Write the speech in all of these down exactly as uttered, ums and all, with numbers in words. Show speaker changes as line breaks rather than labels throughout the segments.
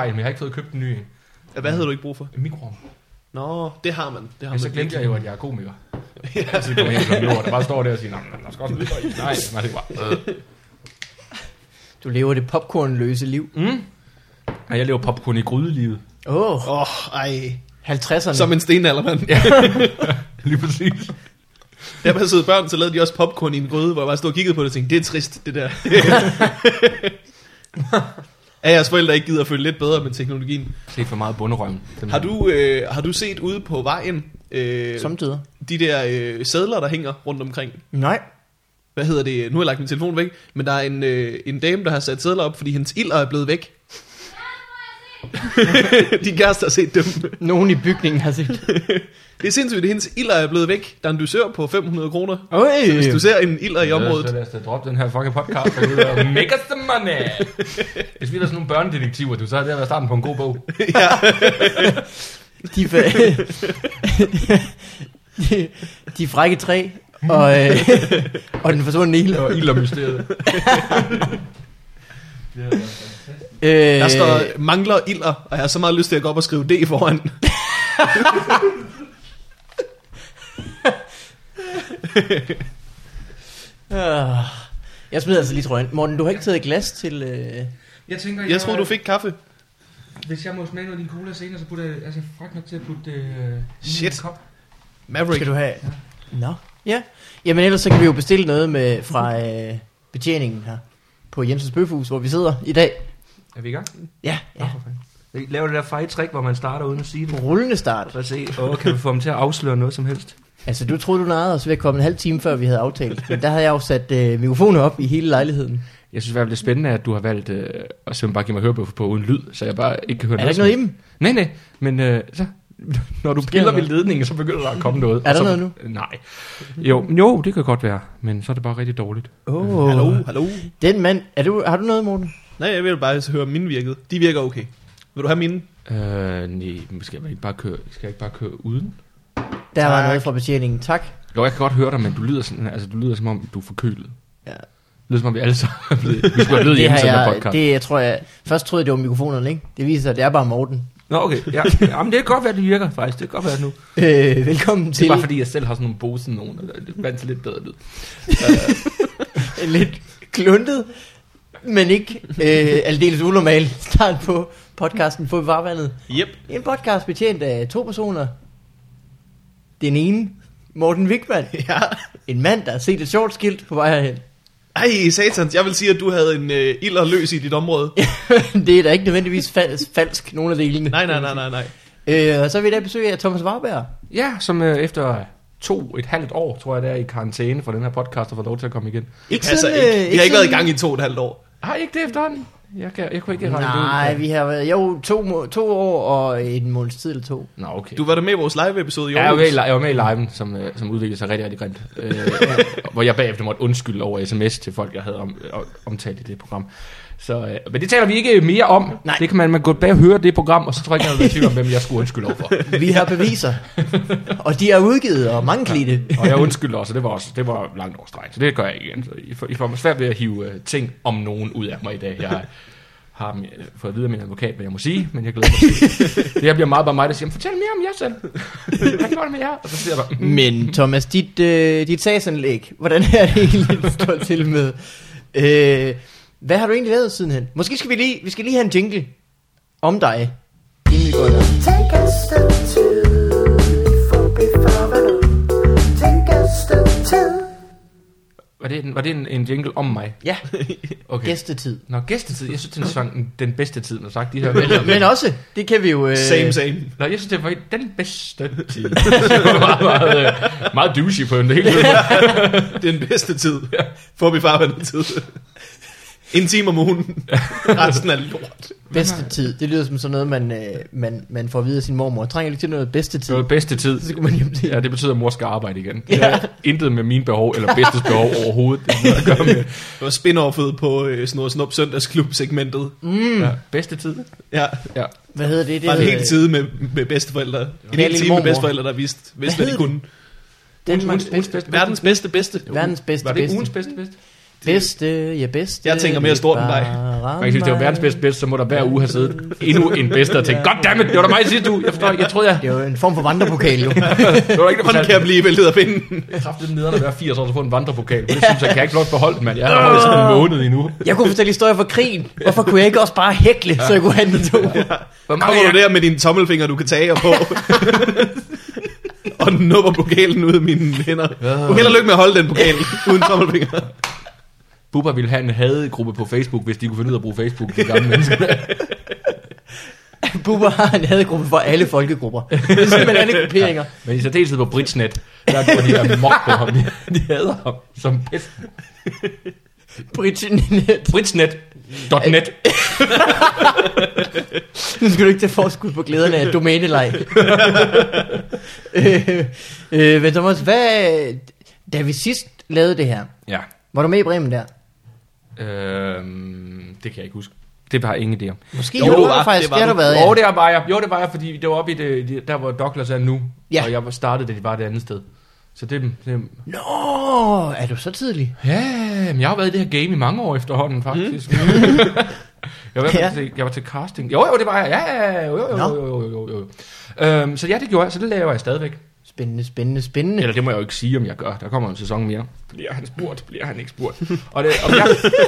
fejl, men jeg har ikke fået købt en ny en.
Ja, hvad havde du ikke brug for?
En mikroovn.
Nå, det har man. Det har
ja, så glemte jeg jo, at jeg er komiker. Ja. Altså, det kommer helt lort, der bare står der og siger, nej, der skal også lidt i. Nej, nej, det var bare...
Du lever det popcornløse liv.
Mm. Ja, jeg lever popcorn i grydelivet.
Åh, oh.
Åh, oh, ej.
halvtredserne.
Som en stenaldermand.
Ja, lige præcis.
Jeg passede børn, så lavede de også popcorn i en gryde, hvor jeg bare stod og kiggede på det og tænkte, det er trist, det der. At jeres forældre ikke gider at følge lidt bedre med teknologien.
Det er for meget bunderøven.
Har du, øh, har du set ude på vejen øh,
Samtidig.
de der øh, sedler, der hænger rundt omkring?
Nej.
Hvad hedder det? Nu har jeg lagt min telefon væk, men der er en, øh, en dame, der har sat sedler op, fordi hendes ilder er blevet væk. De kærester har set dem.
Nogen i bygningen har set.
Det er sindssygt, at hendes ilder er blevet væk. Der er en dusør på fem hundrede kroner.
Oj.
Så hvis du ser en ilder i området.
Så lad os da droppe den her fucking podcast og ud og make us the money. Hvis vi er sådan nogle børnedetektiver, du, så er det været starten på en god bog.
Ja.
De, de, de frække træ og, øh, og den forsvundne ild.
Og ild og mysteriet.
Øh,
Der står mangler ilder, og jeg har så meget lyst til at gå op og skrive D foran.
Jeg smider altså lige trøjen. Morten, du har ikke taget et glas til... Øh...
Jeg tænker,
Jeg troede, du fik kaffe.
Hvis jeg må smage noget af din cola senere, så putter jeg... Altså, jeg er fræk nok til at putte... Øh,
Shit.
en kop.
Maverick.
Skal du have? Ja. Nå. Ja. Jamen ellers så kan vi jo bestille noget med fra øh, betjeningen her på Jensens Bøfhus, hvor vi sidder i dag.
Er vi i gang?
Ja, ja.
Vi laver det der fejl-trick, hvor man starter uden at sige det.
Rullende start.
Så se, åh, kan vi få dem til at afsløre noget som helst?
Altså, du troede, du nærede os ved at komme en halv time før, vi havde aftalt. Men der havde jeg jo sat øh, mikrofoner op i hele lejligheden.
Jeg synes i hvert fald, det er spændende, at du har valgt øh, at simpelthen bare give mig hørebøffer på uden lyd, så jeg bare ikke kan høre
er
noget.
Er der ikke noget i dem?
Nej, nej, men øh, så, når du piller ved ledningen, så begynder der at komme noget.
Er der
så,
noget nu?
Nej. Jo, jo, det kan godt være, men så er det bare rigtig dårligt.
Oh.
Hallo, hallo.
Den mand, er du, har du noget, Morten?
Nej, jeg vil bare høre, om mine virkede. De virker okay. Vil du have mine?
Øh, nej, skal jeg ikke bare køre, skal jeg ikke bare køre uden?
Der
Tak.
var noget fra betjeningen, tak.
Jo, jeg kan godt høre dig, men du lyder sådan, altså du lyder som om du er forkølet.
Ja.
Det lyder som om vi alle sammen er blevet, vi skulle have blevet
Det har
hjemme til den
jeg,
podcast.
det jeg tror jeg, først troede jeg, det var mikrofonerne, ikke? Det viser sig, at det er bare Morten.
Nå, okay, ja. Jamen, det kan godt være, det virker faktisk, det kan godt være nu.
Øh, velkommen
Det
til.
er bare fordi, jeg selv har sådan nogle Bose nogen, og det er vant til lidt bedre lyd.
En lidt kluntet, men ikke øh, aldeles unormal start på podcasten Få i Farvandet.
Yep.
En podcast betjent af to personer. Den ene, Morten Wigman.
Ja.
En mand, der har set et sjovt skilt på vej herhen.
Ej, satans. Jeg vil sige, at du havde en øh, ilder løs i dit område.
Det er da ikke nødvendigvis falsk, falsk nogle af delene.
Nej, nej, nej, nej, nej.
Øh, og så vil jeg da besøge af Thomas Warberg.
Ja, som øh, efter to et halvt år, tror jeg, det er i karantæne for den her podcast, og får lov til at komme igen.
Ikke
Altså,
sådan,
ikke,
øh,
vi
ikke
har ikke været i
sådan-
gang i to og et halvt år.
Har I ikke det efterhånden? Jeg, kan, jeg kunne ikke regne det ud.
Nej, vi har været jo to, må- to år og en måneds tid eller to.
Nå, okay.
Du var der med i vores live-episode i
Ja, jeg var med i,
Aarhus.
jeg var med i liven, som, øh, som udviklede sig rigtig, rigtig grimt. Øh, hvor jeg bagefter måtte undskylde over sms til folk, jeg havde om, om, omtalt i det program. Så, øh, men det taler vi ikke mere om.
Nej.
Det kan man, man gå bag og høre det program, og så tror jeg ikke, jeg vil være i tvivl om, hvem jeg skulle undskylde overfor.
Vi har beviser. Og de er udgivet, og mange kan lide det.
Og jeg undskylder også, og det var, også, det var langt over stregen, så det gør jeg ikke igen. Så I får, I får svært ved at hive uh, ting om nogen ud af mig i dag. Jeg har, har uh, fået at vide af min advokat, hvad jeg må sige, men jeg glæder mig til. Det her bliver meget bare mig, der siger, fortæl mere om jer selv. Hvad gjorde det med jer? Og så siger jeg bare, mm.
Men Thomas, dit, øh, dit sagsanlæg, hvordan er det egentlig, det står til med? Øh, hvad har du egentlig lavet sidenhen? Måske skal vi lige, vi skal lige have en jingle om dig, inden vi går der.
Take a step two, before before Take a step two.
Var det, en, var det en, en jingle om mig?
Ja,
Okay.
gæstetid.
Nå, gæstetid. Jeg synes, den sang den bedste tid, når sagt de her.
Men, men også, det kan vi jo... Øh,
Same, same.
Nå, jeg synes, det var den bedste tid. Det var meget, meget, øh, meget douchey på en hele tiden.
Det er den bedste tid. Forbi farvandet tid. En time om ugen. Resten er lort.
Bedste tid, det lyder som sådan noget, man, øh, man, man får at vide af sin mormor. Trænger lige til noget bedste tid.
Det var bedste tid.
Så skal man hjem til.
Ja, det betyder, at mor skal arbejde igen.
Ja.
Det er intet med mine behov, eller bedstes behov overhovedet. Det er noget at gøre med.
Det var spin-offet på øh, sådan noget Snop Søndagsklub-segmentet.
Mm.
Ja, bedste tid.
Ja,
Ja.
Hvad hedder det? Det
bare en
hedder-
hel tid med, med bedsteforældre. En
Kære
hel
lille
time med
mormor.
bedsteforældre, der vidste, vidste hvad de
hed
kunne.
Danmarks
Ugens
bedste.
bedste.
Verdens bedste bedste.
Verdens bedste
Var det
bedste.
ugens bedste bedste?
Bedste, ja bedste.
Jeg tænker mere stort end dig.
Man kan sige, det var verdens bedste bedste, så må der hver uge have siddet endnu en bedste og tænkt, goddammit, det var da mig sidste uge. Jeg forstår ikke, jeg troede jeg...
Det er jo en form for vandrepokal, jo.
Det var der ikke, der
Hvordan
fortalte.
kan jeg blive væltet at finde den?
Jeg har haft nederen at være firs år, så få en vandrepokal. Det synes jeg, kan jeg ikke blot beholde den, mand. Jeg har holdt sådan en måned endnu.
Jeg kunne fortælle historier fra krigen. Hvorfor kunne jeg ikke også bare hækle, så jeg kunne have den to?
Hvor mange
Kommer
jeg...
du der med dine tommelfinger, du kan tage på? Og nupper pokalen ud af mine hænder. Held og lykke med at holde den pokal uden tommelfinger.
Bubber ville have en hadegruppe på Facebook, hvis de kunne finde ud af at bruge Facebook til gamle mennesker.
Bubber har en hadegruppe for alle folkegrupper. Det er simpelthen alle grupperinger.
Men i særdeleshed på Britsnet, der går de her mok på ham. De, de hader ham som pest.
Britsnet.
Britsnet. .net.
Nu skal du ikke tage forskud på glæderne af domæneleg. øh, øh, men Thomas, hvad... Da vi sidst lavede det her,
Ja.
var du med i Bremen der?
Øhm, det kan jeg ikke huske. Det har jeg ingen idé om.
Måske
Jo,
jo,
det
det
var-
var, faktisk,
det var
det har
du.
du været,
Jo,
ja.
det var jeg. Jo, det var jeg, fordi det var oppe i det, det, der, hvor Douglas er nu.
Ja.
Og jeg var startet, da de var det andet sted. Så det, det
Nå, er du så tidlig?
ja, men jeg har været i det her game i mange år efterhånden, faktisk. Mm. jeg, var
Ja.
ja. til, jeg var til casting. Jo, jo, det var jeg. Ja, ja, jo, jo, jo,
Nå.
jo, jo, jo, jo, jo. Øhm, så ja, det gjorde jeg, så det laver jeg stadigvæk.
Spændende, spændende, spændende.
Eller det må jeg jo ikke sige, om jeg gør. Der kommer en sæson mere. Bliver han spurgt? Bliver han ikke spurgt? Og det, om, jeg,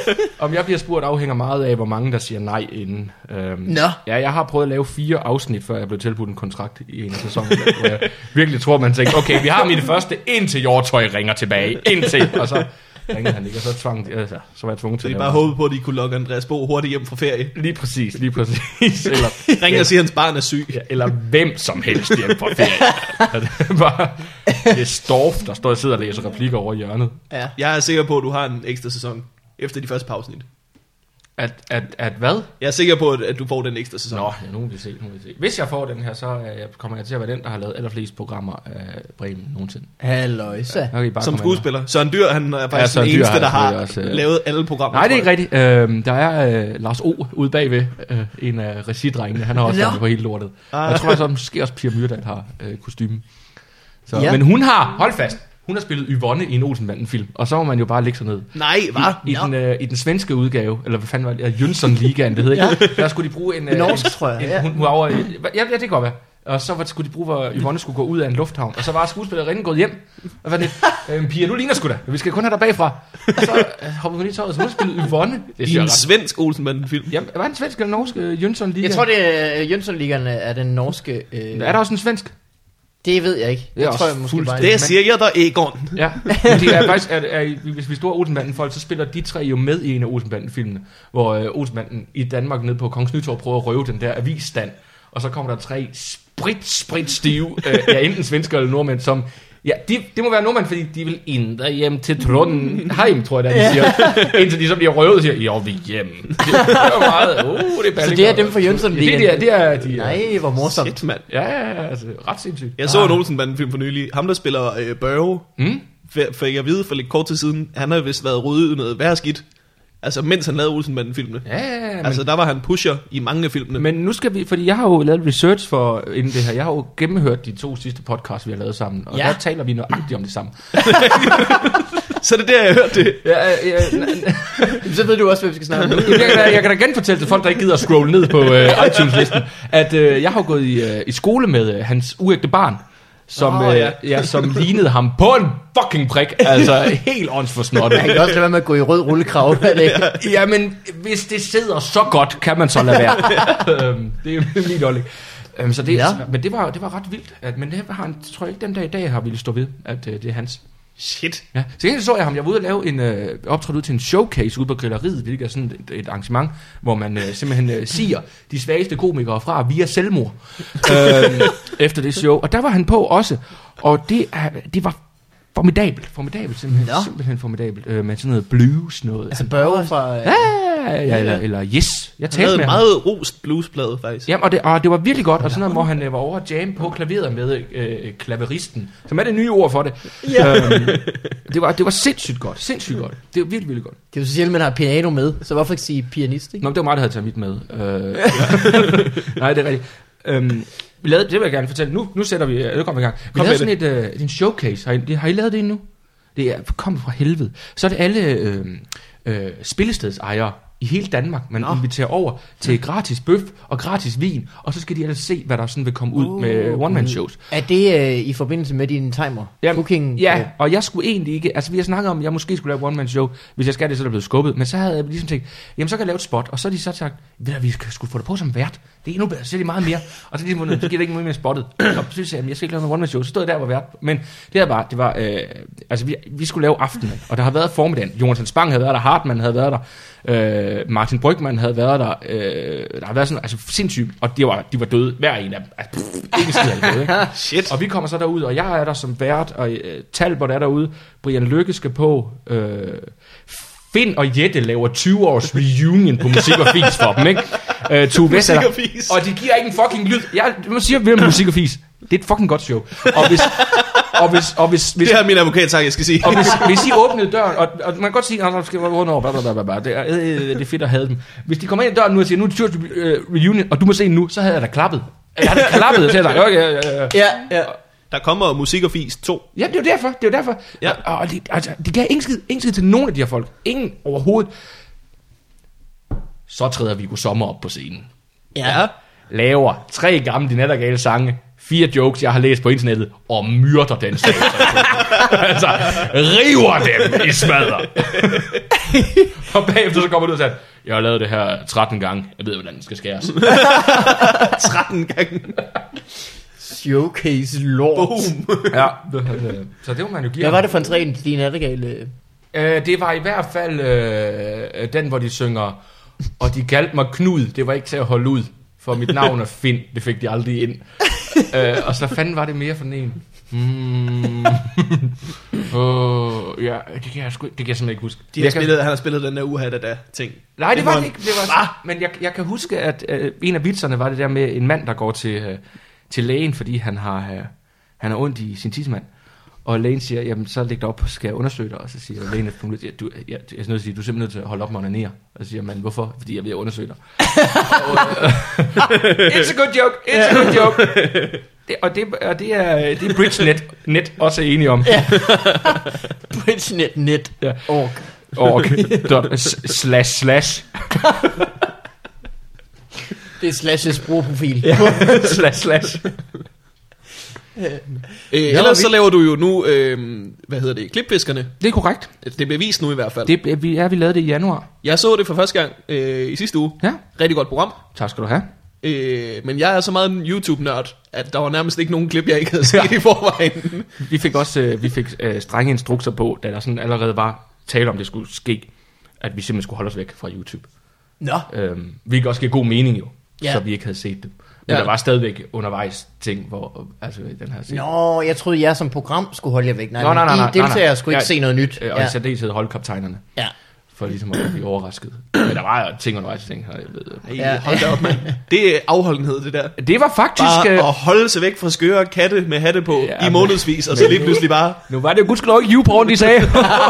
om jeg bliver spurgt afhænger meget af, hvor mange der siger nej inden. Øhm,
Nå.
Ja, jeg har prøvet at lave fire afsnit, før jeg blev tilbudt en kontrakt i en af sæsonerne. Hvor jeg virkelig tror, man tænker, okay, vi har mit første, indtil Hjortøj ringer tilbage. Indtil. Og så ringede han ikke, og så, tvang, altså, så var jeg tvunget
Så
til
de
at
bare
lave-
håbede på, at de kunne lokke Andreas Bo hurtigt hjem fra ferie.
Lige præcis, lige præcis. Eller,
Ringer og siger, at hans barn er syg.
ja, eller hvem som helst hjem på ferie. Ja, det er bare, det er Storff, der står og sidder og læser replikker over hjørnet.
Ja.
Jeg er sikker på, at du har en ekstra sæson efter de første pausenit.
At, at, at hvad?
Jeg er sikker på, at at du får den ekstra sæson.
Nå, ja, nu må vi se, nu må vi se. Hvis jeg får den her, så er jeg, kommer jeg til at være den, der har lavet allerflest programmer af Bremen nogensinde.
Halløjsa.
Der kan I bare
Som
komme
skuespiller. Søren Dyr, han er faktisk
Søren
den
Dyr
eneste,
har
der har
selvfølgelig også, øh,
lavet alle programmer.
ind. Nej, det er
tror
ikke
jeg.
rigtigt. Øhm, der er øh, Lars O. ude bagved, øh, en af regidrengene. Han har også
Nå.
været på hele lortet.
Ah.
Og jeg tror også, at måske også Pia Myrdal har øh, kostyme. Så,
Ja.
ja. Men hun har, hold fast, hun har spillet Yvonne i en Olsenbanden-film. Og så må man jo bare lægge sig ned.
Nej, hvad?
I, i, den, øh, I den svenske udgave, eller hvad fanden var det, Jønsson-ligaen, det hedder ikke? Der skulle de bruge en...
Det norske, tror jeg,
En,
ja.
hun, hun var over, i- ja, ja, det kan godt være. Og så var, skulle de bruge, hvor Yvonne skulle gå ud af en lufthavn. Og så var skuespillerinden gået hjem. Og var det, øhm, Pia, du ligner sgu da. Vi skal kun have dig bagfra. Og så øh, hoppede hun i tøjet, så hun spillede Yvonne. Det
I
synes jeg
en
ret.
svensk Olsenbanden-film.
Jamen, var den svensk eller norsk øh, Jønsson-liga?
Jeg tror, det er Jønsson-ligaen er den norske... Øh,
Er der også en svensk?
det ved jeg ikke.
Det er
Det
også
tror jeg måske
fuldstændig-
bare...
Det siger jeg der, Egon.
Ja, men det er faktisk, at, at, hvis vi står Olsenbanden-folk, så spiller de tre jo med i en af Olsenbanden-filmene, hvor øh, Olsenbanden i Danmark nede på Kongens Nytorv prøver at røve den der avisstand, og så kommer der tre sprit, sprit stive, øh, ja, enten svensker eller nordmænd, som, ja, de, det må være nordmænd, fordi de vil ind hjem til Trondheim, tror jeg, der de siger, indtil de så bliver røvet og siger, jo, vi er hjemme. Det er meget, uh, det er
Så det er dem fra Jønsson-ligaen?
Det, det, er, det er de,
Nej, hvor morsomt.
Shit, mand.
ja, ja, ja, altså, ret sindssygt.
Jeg så en Olsenbanden-film for nylig. Ham, der spiller øh, Børge,
Mm?
f- fik jeg vide for lidt kort tid siden, han har vist været ryddet noget værre skidt. Altså, mens han lavede Olsenbanden-filmene.
Ja, ja, ja, men-
Altså, der var han pusher i mange af filmene.
Men nu skal vi, fordi jeg har jo lavet research for inden det her. Jeg har jo gennemhørt de to sidste podcasts, vi har lavet sammen. Og
Ja.
ja. der taler vi nøjagtigt om det samme.
Så det er der, jeg hørte det.
Ja, ja,
Så ved du også, hvad vi skal snakke om nu.
jeg, kan da, jeg kan da genfortælle til folk, der ikke gider at scrolle ned på uh, iTunes-listen, at uh, jeg har jo gået i, uh, i skole med uh, hans uægte barn, som,
Åh,
oh,
ja.
ja. Uh, ja, som lignede ham på en fucking prik. Altså helt åndsforsnottet.
Jeg kan også lade være med at gå i rød rullekrav. Er det ikke?
Jamen, hvis det sidder så godt, kan man så lade være. øhm, det er min holdning. Øhm, så det,
Ja.
ja. Men det var, det var ret vildt. At, men det har han, tror jeg ikke, den dag i dag har ville stå ved, at øh, det er hans.
Shit.
Ja. Så egentlig så jeg ham, jeg var ude og lave en øh, optræde ud til en showcase ude på Grilleriet, hvilket er sådan et, et arrangement, hvor man øh, simpelthen øh, siger de svageste komikere fra via selvmord øh, efter det show. Og der var han på også, og det, er, det var formidabelt, formidabelt simpelthen,
Nå.
simpelthen formidabelt, øh, med sådan noget blues noget.
Altså Børge fra...
Ja, ja, eller, eller Yes. Jeg
Han
talte
lavede
med
en
ham.
meget rost bluesplade, faktisk.
Jamen, og det, og det var virkelig godt, og sådan noget, hvor han øh, var over at jam på klaveret med øh, klaveristen, som er det nye ord for det.
Ja.
Øhm, det, var, det var sindssygt godt, sindssygt godt. Det var virkelig, virkelig godt.
Det er jo så sjældent, man har piano med, så hvorfor ikke sige pianist, ikke?
Nå, det var mig, der havde taget mit med. Øh, nej, det er rigtigt. Øhm, vi lavede, det vil jeg gerne fortælle. Nu, nu sætter vi, nu kommer vi i gang. Vi
Kom
lavede
med
sådan et, øh, en showcase. Har I, har I lavet det endnu? Det er kommet fra helvede. Så er det alle øh, øh, spillestedsejere i hele Danmark, man Nå. inviterer over til gratis bøf og gratis vin, og så skal de ellers se, hvad der sådan vil komme ud uh, med one-man-shows.
Er det øh, i forbindelse med din timer?
Jamen,
Cooking?
Ja,
øh.
og jeg skulle egentlig ikke, altså vi har snakket om, at jeg måske skulle lave one-man-show, hvis jeg skal det, så er det blevet skubbet, men så havde jeg ligesom tænkt, jamen så kan jeg lave et spot, og så har de så sagt, ved du, vi skal skulle få det på som vært, det er endnu bedre, så er det meget mere, og så, ligesom, så giver det ikke noget mere spottet, og så synes jeg, jeg skal ikke lave noget one-man-show, så stod jeg der og var vært, men det her var, det var, øh, altså vi, vi skulle lave aftenen, og der har været formiddagen, Jonathan Spang havde været der, Hartmann havde været der, Øh, Martin Brygman havde været der. øh, Der har været sådan, altså sindssygt. Og de var, de var døde, hver en af dem. Altså, pff, ikke skid af det, ikke?
Shit.
Og vi kommer så derud, og jeg er der som vært, og øh, Talbot er derude, Brian Lykke skal på, øh, Finn og Jette laver tyve års reunion på Musik og Fis for dem, ikke? Øh, Tue West er der,
Musik og Fis.
og de giver ikke en fucking lyd. Jeg må sige, at vi er Musik og Fis. Det er et fucking godt show. Og hvis, og hvis, og hvis, hvis
Det har min advokat sagt, jeg skal sige.
og hvis, hvis I åbnede døren, og, og man kan godt sige, at der skal være rundt over, bla, bla, bla, bla, det, er, øh, det er fedt at have dem. Hvis de kommer ind i døren nu og siger, nu er det tyve reunion, og du må se nu, så havde jeg da klappet. Jeg havde da klappet, så jeg sagde, okay, ja, ja, ja.
Ja, ja.
Der kommer Musik og Fis to.
Ja, det er jo derfor, det er jo derfor.
Ja.
Og, og de, altså, de gav ingen skid, ingen skid til nogen af de her folk. Ingen overhovedet. Så træder Viggo Sommer op på scenen.
Ja.
Laver tre gamle De Nattergale sange, fire jokes, jeg har læst på internettet, og myrder den sag. Altså, river dem i smadder. Og bagefter så kommer du ud og siger, jeg har lavet det her tretten gange, jeg ved, hvordan den skal skæres.
tretten gange.
Showcase lort.
Boom.
Ja, så det må man jo give.
Hvad var det for en træn, din nattergale?
Øh, det var i hvert fald øh, den, hvor de synger, og de kaldte mig Knud, det var ikke til at holde ud, for mit navn er Finn, det fik de aldrig ind. øh, og så fanden var det mere for den en. Mm. oh, ja, det kan jeg, sgu, det kan jeg simpelthen ikke huske.
De har spillet, han har spillet den der uha da da ting.
Nej, det var det ikke. Det var, men jeg, jeg kan huske, at øh, en af vitserne var det der med en mand, der går til, øh, til lægen, fordi han har, øh, han har ondt i sin tidsmand. Og lægen siger, jamen så læg dig op, skal jeg undersøge dig? Og så siger lægen, at du, jeg, jeg, jeg er nødt til at sige, du er simpelthen nødt til at holde op med at onanere. Og så siger man, hvorfor? Fordi jeg vil undersøge dig. og, øh, it's a good joke, it's a good joke. Det, og det, og det er, det er BridgeNet net også er enige om.
Ja. BridgeNet net.
Ja.
Org.
Org. Dot, slash slash.
Det er Slashes brugerprofil.
Ja. slash slash.
Øh, ellers så laver du jo nu, øh, hvad hedder det, Klipfiskerne.
Det er korrekt.
Det bliver vist nu i hvert fald.
Det, vi, ja, vi lavede det i januar.
Jeg så det for første gang øh, i sidste uge.
Ja.
Rigtig godt program.
Tak skal du have.
Øh, men jeg er så meget en YouTube-nørd, at der var nærmest ikke nogen klip, jeg ikke havde set i forvejen.
Vi fik også øh, vi fik øh, strenge instrukser på, da der sådan allerede var tale om, det skulle ske, at vi simpelthen skulle holde os væk fra YouTube.
Nå.
Øhm, hvilket også giver god mening jo,
Ja.
så vi ikke havde set det. Men
Ja.
der var stadigvæk undervejs ting, hvor, altså i den her serie.
Nå, jeg troede, jeg som program skulle holde jer væk. Nej,
Nå, nej, nej,
I
nej,
deltagere
nej.
skulle ikke
Ja,
se noget nyt.
Øh, og i særdeleshed holdkaptajnerne,
Ja.
for ligesom at blive overrasket. Men der var jo ting undervejs, ting her, jeg ved.
Ja. Hold da op, mand. Det er afholdenhed, det der.
Det var faktisk...
Bare
øh,
at holde sig væk fra skøre katte med hatte på
Ja,
i
men-
månedsvis, og så lige pludselig bare...
Nu var det jo gudskelov ikke YouPorn, de sagde.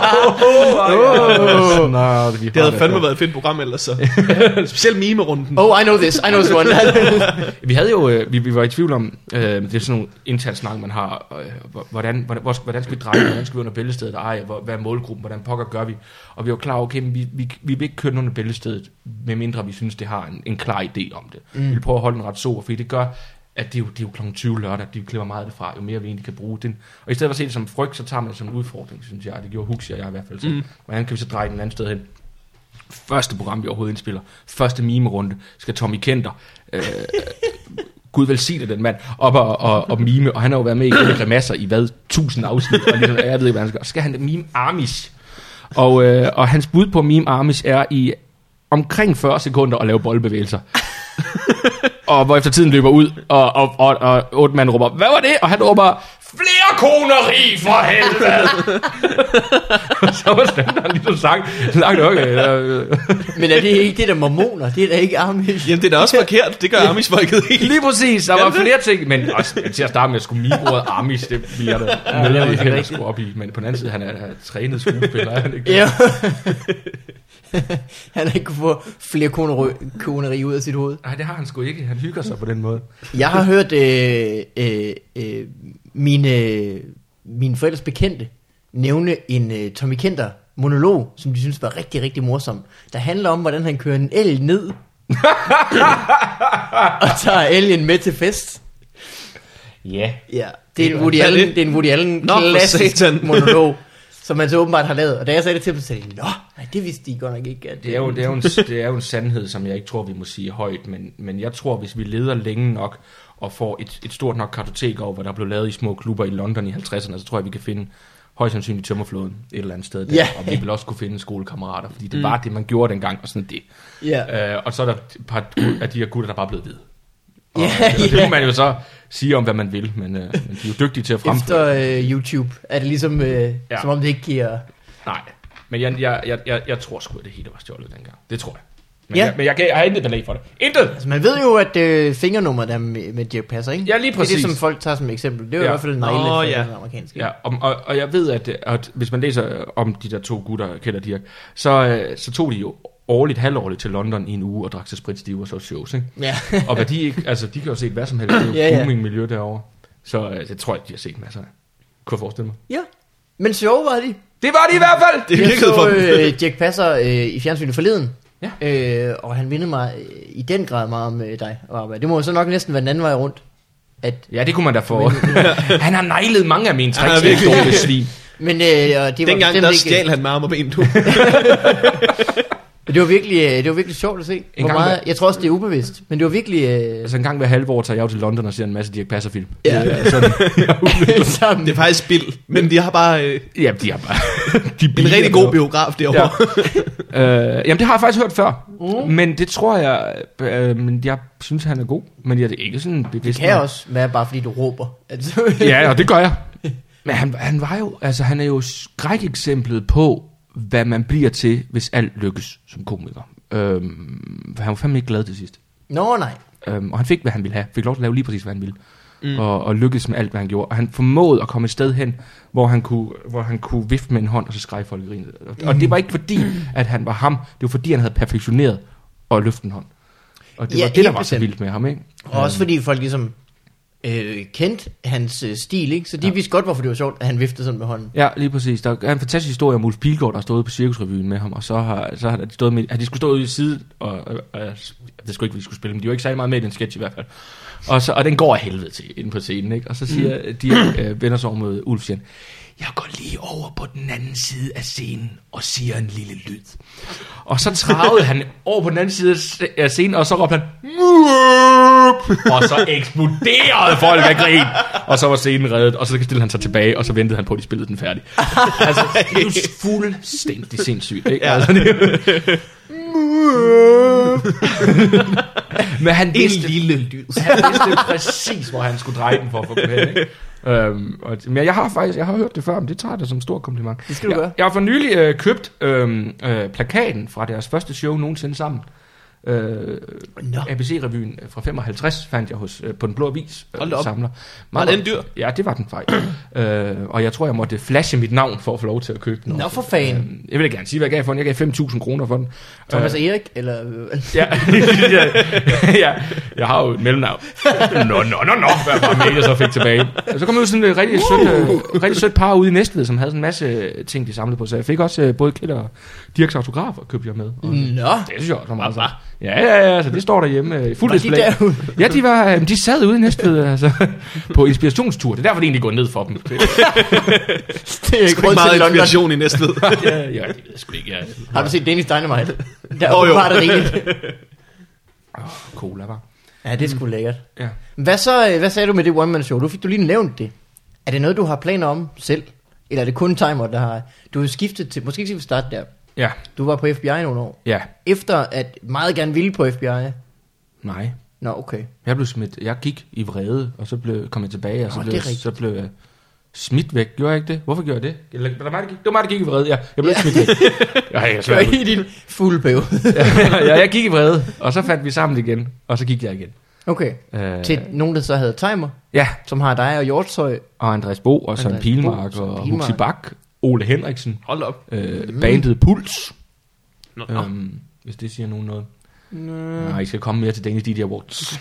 Oh.
Nå, vi
Det havde fandme været et fedt program ellers, så. Specielt mime-runden.
Oh, I know this. I know this one.
Vi havde jo, øh, vi, vi var i tvivl om, øh, det er sådan nogle intern snak, man har, øh, hvordan, hvordan, hvor- hvordan skal vi dreje, hvordan skal vi under bæltestedet, ej, hvor, hvad er målgruppen, hvordan pokker gør vi, og vi var klar, okay, men vi, vi, vi vil ikke køre den under bæltestedet, medmindre vi synes, det har en, en klar idé om det. Mm. Vi vil prøve at holde den ret sober, fordi det gør, at det er jo, det er jo klokken tyve lørdag, de klipper meget af det fra, jo mere vi egentlig kan bruge den. Og i stedet for at se det som frygt, så tager man det som en udfordring, synes jeg. Det gjorde Huxi og jeg i hvert fald. Så. Mm. Hvordan kan vi så dreje den anden sted hen? Første program, vi overhovedet indspiller. Første mime-runde skal Tommy Kenter, øh, Gud velsigne den mand, op og, og, og mime, og han har jo været med i Kælde Grimasser i hvad, tusind afsnit, og ligesom, jeg ved ikke, hvad han skal. Og så skal han mime Amish. Og, øh, og hans bud på mime Amish er i omkring fyrre sekunder at lave boldbevægelser. Og hvor efter tiden løber ud, og, og, og, og otte mand råber, hvad var det? Og han råber, flere koneri for helvede! Så var standarden ligesom sagt, langt okay.
Men er det ikke det der mormoner? Det er da ikke Amish.
Jamen, det er da også forkert. Det gør Amish-folket ikke.
Lige præcis, der
Er
var
det?
flere ting, men også til at starte med at skulle mime ordet Amish, det ville jeg da
det er
nødvendigt
måske
heller
rigtigt.
skulle op i. Men på den anden side, han er, er trænet skuespiller, er han ikke?
Ja. Han har ikke kunne få flere koneri- koneri ud af sit hoved.
Nej, det har han sgu ikke. Han hygger sig på den måde.
Jeg har hørt øh, øh, øh, mine, mine forældres bekendte nævne en øh, Tommy Kenter monolog, som de synes var rigtig, rigtig morsom, der handler om, hvordan han kører en elg ned, og tager elgen med til fest.
Ja.
Ja, det er en Woody
Hvad er
Allen,
det?
det er en Woody Allen
Nå, for
klassisk
satan.
monolog, som man så åbenbart har lavet. Og da jeg sagde det til dem, så sagde de, nå, nej, det vidste de godt nok ikke. At
Det er, jo, det, er jo en, det er jo en sandhed, som jeg ikke tror, vi må sige højt, men, men jeg tror, hvis vi leder længe nok, og får et, et stort nok kartotek over, hvad der blev lavet i små klubber i London i halvtredserne, så tror jeg, vi kan finde højst sandsynligt tømmerflåden et eller andet sted der,
Ja.
og vi vil også kunne finde skolekammerater, fordi det mm. var det, man gjorde dengang, og sådan det.
Ja.
Øh, og så er der et par af de her gutter, der bare er blevet hvide. Og,
Ja,
og det
ja.
må man jo så sige om, hvad man vil, men, øh, men de er jo dygtige til at fremføre.
Efter øh, YouTube er det ligesom, øh,
Ja.
ja. som om det ikke giver...
Nej, men jeg, jeg, jeg, jeg, jeg tror sgu, at det hele var stjålet dengang. Det tror jeg. Men,
Ja.
jeg, men jeg, kan, jeg har intet belæg for det. Intet!
Altså, man ved jo, at øh, fingernummer der med, med Dirch Passer, ikke?
Ja, lige
Det er det,
præcis.
som folk tager som eksempel. Det er jo
Ja.
i hvert fald negle
Nå,
for
ja.
den amerikanske.
Ja, og, og, og jeg ved, at, at hvis man læser om de der to gutter, Kjeld og Dirch, så, øh, så tog de jo årligt, halvårligt til London i en uge og drak sig spritstive og så shows, ikke?
Ja.
Og hvad de ikke, altså de kan jo se hvad som helst, det er jo
Ja, ja.
booming miljø derovre. Så øh, det tror jeg, de har set masser af. Kunne jeg forestille mig.
ja. Men sjove var de.
Det var de i hvert fald!
Det
Jeg
virkede for
så
dem.
øh, Dirch Passer øh, i fjernsynet forleden.
Ja.
Øh, og han mindede mig øh, i den grad meget om øh, dig og arbejde. Det må jo så nok næsten være den anden vej rundt. At,
Ja, det kunne man da få. Han har neglet mange af mine
Han
tricks,
har
det
virkelig-
dårlige svin.
men øh, og det var
Dengang
bestemt
der
ikke,
stjal han med arm og ben, du.
det var virkelig, øh, det var virkelig sjovt at se. Hvor
gang
meget,
hver-
jeg tror også det er ubevidst, men det var virkelig øh,
Altså en gang hver halve år tager jeg jo til London og ser en masse Dirch Passer-film.
Ja.
Det er sådan,
sammen.
Det er faktisk spil, men de har bare øh,
ja, de har bare... de
en rigtig god biograf derovre.
Ja. øh, jamen, det har jeg faktisk hørt før. Mm. Men det tror jeg... Øh, men jeg synes, han er god. Men jeg er ikke sådan
Det
bevidst.
kan
mig.
også være bare fordi du råber. Altså,
Ja, og det gør jeg. Men han, han var jo... Altså, han er jo skrækeksemplet på, hvad man bliver til, hvis alt lykkes som komiker. Øhm, for han var fandme ikke glad til sidst.
Nå nej.
Øhm, og han fik, hvad han ville have. Fik lov til at lave lige præcis, hvad han ville. Mm. Og, og lykkedes med alt, hvad han gjorde. Og han formåede at komme et sted hen, hvor han kunne, hvor han kunne vifte med en hånd, og så skreg folk i grinet. Og, og det var ikke fordi, at han var ham. Det var fordi, han havde perfektioneret at løfte en hånd. Og det
Ja,
var det, der
helt
var så
bestemt.
vildt med ham, ikke?
Og også fordi folk ligesom øh, kendte hans øh, stil, ikke? Så de ja. vidste godt, hvorfor det var sjovt, at han viftede sådan med hånden.
Ja, lige præcis. Der er en fantastisk historie om Ulf Pilgaard, der har stået på Cirkusrevyen med ham, og så har, så har de stået med, at de skulle stå ude i side, og, og, og jeg ved sgu ikke, hvad de skulle spille, men de var ikke særlig meget med i den sketch i hvert fald. Og, så, og den går af helvede til inde på scenen, ikke? Og så siger mm. de øh, vender sig over mod Ulf, siger, jeg går lige over på den anden side af scenen og siger en lille lyd. Og så travede han over på den anden side af scenen, og så råbte han, Mup! Og så eksploderede folk af grin. Og så var scenen reddet, og så stillede han sig tilbage, og så ventede han på, at de spillede den færdig. Altså, det er jo fuldstændig sindssygt, ikke?
Ja.
Altså, det er Men han
En
vidste,
lille lyd.
han vidste præcis, hvor han skulle dreje den for at få den hen, ikke? Øhm, og, men jeg har faktisk jeg har hørt det før, men det tager jeg da som stor kompliment.
Det skal du
jeg,
gøre.
Jeg har for nylig øh, købt øh, øh, plakaten fra deres første show nogensinde sammen. Øh,
Nå.
A B C-revyen fra femoghalvtreds fandt jeg hos øh, på Den Blå Avis øh,
Hold da op.
samler.
Var den dyr?
Ja, det var den faktisk. øh, og jeg tror, jeg måtte flashe mit navn for at få lov til at købe den.
Nå, for fan.
Øh, jeg vil da gerne sige, hvad jeg gav for den. Jeg gav fem tusind kroner for den.
Thomas
Øh,
og Erik, eller...
Ja, ja, ja, jeg har jo et mellemnavn. Nå, nå, nå, nå, hvad var med, jeg så fik tilbage. Og så kom jo sådan et rigtig sødt, uh, rigtig sødt par ude i Næstved, som havde sådan en masse ting, de samlede på. Så jeg fik også uh, både Kjeld og Dirchs autografer, købte jeg med. Og
Nå,
det synes jeg også var meget. Ja, ja, ja, så det står derhjemme i fuld
var de
display.
derude?
Ja, de, var, øh, de sad ude i Næstved altså, på inspirationstur. Det er derfor, det egentlig går ned for dem.
Det er ikke
Ikke
grund
meget
til London.
inspiration i Næstved.
Ja, ja, det ved jeg sgu ikke. Ja.
Har du set Danish Dynamite? Der er
Åh,
oh,
jo.
jo. det rigeligt.
Oh, cola, var.
Ja, det er sgu lækkert.
Ja.
Hvad så, hvad sagde du med det one-man-show? Du fik du lige nævnt det. Er det noget, du har planer om selv? Eller er det kun Timer, der har... Du har skiftet til... Måske ikke skal vi starte der.
Ja,
Du var på F B I nogle år.
ja,
Efter at meget gerne ville på F B I.
nej.
Nå, okay.
Jeg blev smidt, jeg gik i vrede, og så blev, kom jeg tilbage, og så,
Nå,
blev,
det er rigtigt.
så blev jeg smidt væk. Gjorde jeg ikke det? Hvorfor gjorde jeg det? Eller, var det, mig, der gik? Det var mig, der gik i vrede, ja. Jeg blev ja. smidt væk. Ja, jeg, er
Du er
svært.
i din fulde periode.
ja, jeg gik i vrede, og så fandt vi sammen igen, og så gik jeg igen.
Okay.
Øh,
Til nogen, der så havde Timer,
Ja,
som har dig og Hjortshøj.
og Andreas Bo, og Søren
Andreas Bo,
Pilmark,
Søren
og
Pilmark.
Huxi Bak, Ole Henriksen,
Hold op.
øh, bandet Puls,
Nå, nå.
øhm, hvis det siger nogen noget. Nej, I skal komme mere til Danish D J Awards.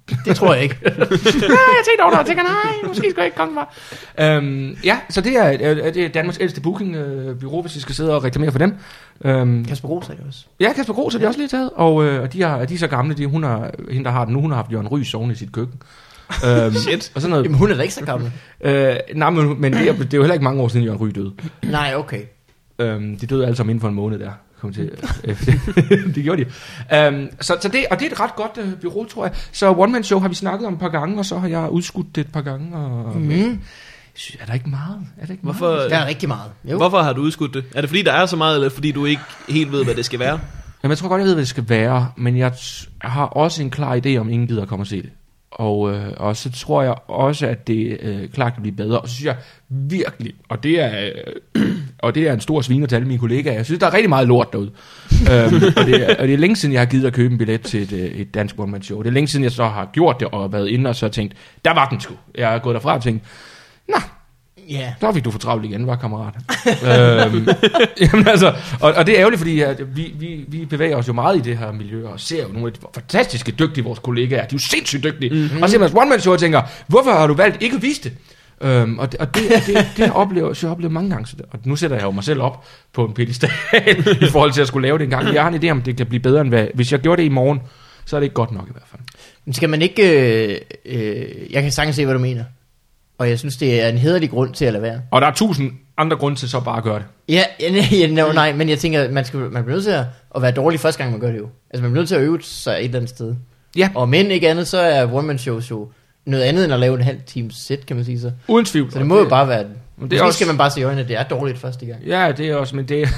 Det tror jeg ikke.
Ja, jeg tænkte over det, og tænker, nej, måske skal jeg ikke komme fra. Øhm, ja, så det er, er, det er Danmarks ældste bookingbyrå, hvis I skal sidde og reklamere for dem. Øhm,
Kasper Gros er det også.
ja, Kasper Gros har de også lige taget, og, øh, og de, har, de er så gamle, de, hun har, hende der har den nu, hun har haft Jørgen Ry sovende i sit køkken. øhm,
Shit.
Og sådan noget.
Jamen, hun er da ikke så gammel.
Øh, nej, men, men det, er, det er jo heller ikke mange år siden, Jørgen Ry døde.
Nej, okay.
Øhm, de døde alle sammen inden for en måned der. Kom til, øh, det gjorde de. Øhm, så, så det, og det er et ret godt øh, bureau, tror jeg. Så One Man Show har vi snakket om et par gange, og så har jeg udskudt det et par gange. Og,
Mm.
synes, er der ikke meget? Er der ikke
Hvorfor,
meget?
Der er rigtig meget. Jo.
hvorfor har du udskudt det? Er det fordi, der er så meget, eller fordi du ikke helt ved, hvad det skal være?
Jamen, jeg tror godt, jeg ved, hvad det skal være, men jeg t- har også en klar idé om, ingen gider at komme og se det. Og, øh, og så tror jeg også, at det øh, klart kan blive bedre. Og så synes jeg virkelig, og det er, øh, og det er en stor sviner til alle mine kollegaer, jeg synes, der er rigtig meget lort derude. øhm, og, det er, og det er længe siden, jeg har givet at købe en billet til et, et dansk one-man-show. Det er længe siden, jeg så har gjort det og været inde og så tænkt, der var den sgu. Jeg er gået derfra og tænkt, nå,
Ja.
så fik du for travlt igen, var kammerat. øhm, jamen altså, og, og det er ærgerligt, fordi at vi, vi, vi bevæger os jo meget i det her miljø, og ser jo nogle af de fantastiske dygtige vores kollegaer. De er jo sindssygt dygtige. Mm-hmm. Og ser man one man show og tænker, hvorfor har du valgt ikke at vise det? Øhm, og det, og det, det, det oplever jeg oplever mange gange. Så det, og nu sætter jeg jo mig selv op på en pedestal i forhold til at skulle lave det en gang. Jeg har en idé om, det kan blive bedre end hvad. Hvis jeg gjorde det i morgen, så er det ikke godt nok i hvert fald.
Men skal man ikke... Øh, øh, jeg kan sagtens se, hvad du mener. Og jeg synes, det er en hederlig grund til at lade være.
Og der er tusind andre grunde til så bare at gøre det.
Ja, ja, ja no, nej, men jeg tænker, man, skal, man bliver nødt til at, at være dårlig første gang, man gør det jo. Altså, man bliver nødt til at øve sig et eller andet sted.
Ja.
Og men ikke andet, så er one-man-shows jo noget andet end at lave en halv times set, kan man sige så.
Uden tvivl.
Så det må jo bare være...
Men det
Måske
er også-
skal man bare se i øjnene, at det er dårligt første gang.
Ja, det er også, men det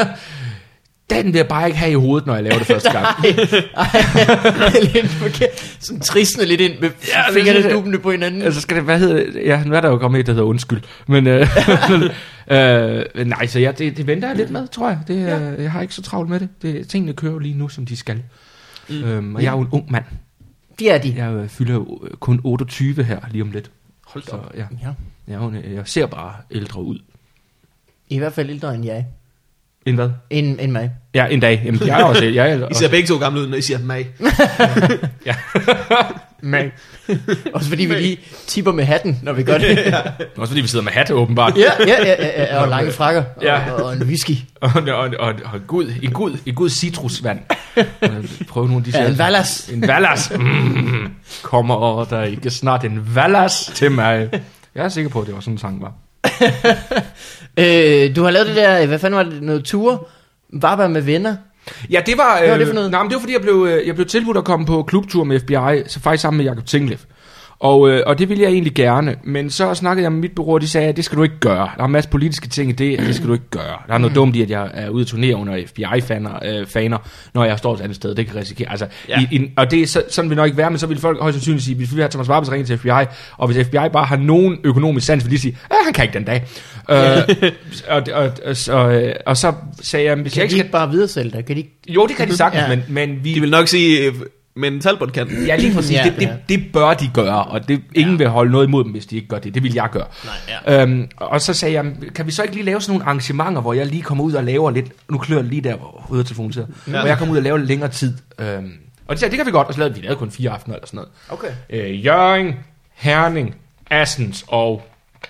den vil jeg bare ikke have i hovedet, når jeg laver det første gang.
Ej, lidt forkert. Sådan tristende lidt ind med
Ja, det
fingrene
synes jeg.
dubende på hinanden.
Altså skal det, hvad hedder det? Ja, nu er der jo kommet et, der hedder undskyld. Men øh, øh, nej, så ja, det, det venter jeg lidt med, tror jeg. Det, ja. Jeg har ikke så travlt med det. det. Tingene kører jo lige nu, som de skal. Mm. Øhm, og jeg er jo en ung mand.
Det er de.
Jeg øh, fylder jo kun otteogtyve her lige om lidt.
Hold da
Så
op.
ja,
Ja.
jeg, er jo en- jeg ser bare ældre ud.
I hvert fald ældre end jeg.
End hvad?
End, end mig.
Ja, en dag. Jamen, jeg er også... Jeg er
I ser begge to gamle ud, når I siger mig.
Mig. Også fordi vi lige tipper med hatten, når vi gør det. ja,
også fordi vi sidder med hat, åbenbart.
ja, ja, ja, ja, og lange frakker. Og,
Ja.
og, og en whisky.
Og, og, og, og god, en god, en god citrusvand. Prøv nogle af de
Ja,
der-
en Vallas.
En Vallas. Mm, kommer der ikke snart en Vallas til mig? Jeg er sikker på, at det var sådan en sang var.
Øh, du har lavet det der, hvad fanden var det, noget ture? Var med venner?
Ja, det var...
Hvad var det for noget?
Nej, men det var fordi, jeg blev, øh, jeg blev tilbudt at komme på klubtur med F B I, så faktisk sammen med Jacob Tingleff. Og, øh, og det ville jeg egentlig gerne, men så snakkede jeg med mit bureau, og de sagde, at det skal du ikke gøre. Der er en masse politiske ting i det, det skal du ikke gøre. Der er noget dumt i, at jeg er ude at turnere under F B I-faner, øh, faner, når jeg står et andet sted. Det kan risikere. Altså,
Ja.
i, i, og det er så, sådan vil nok ikke være, men så vil folk højst sandsynligt sige, hvis vi har Thomas Warbergs ringe til F B I, og hvis F B I bare har nogen økonomisk sans, vil de sige, at han kan ikke den dag. øh, og, og, og, og, og så sagde jeg, hvis jeg
Kan
ikke
de
skal...
ikke bare videresælge dig? Kan de ikke?
Jo, det kan de sagtens,
Ja.
men, men vi...
De vil nok sige, øh, men Talbot kan.
Ja, lige præcis.
Ja,
Ja, det, det,
ja.
det bør de gøre, og det, ingen ja. vil holde noget imod dem, hvis de ikke gør det. Det vil jeg gøre.
Nej, ja.
Øhm, og så sagde jeg, kan vi så ikke lige lave sådan nogle arrangementer, hvor jeg lige kommer ud og laver lidt, nu klør det lige der, hvor hovedtelefonen sidder, ja. hvor jeg kommer ud og laver lidt længere tid. Øhm, og de sagde, det kan vi godt, og så lavede vi lavede kun fire aftener eller sådan noget.
Okay.
Øh, Hjørring, Herning, Assens og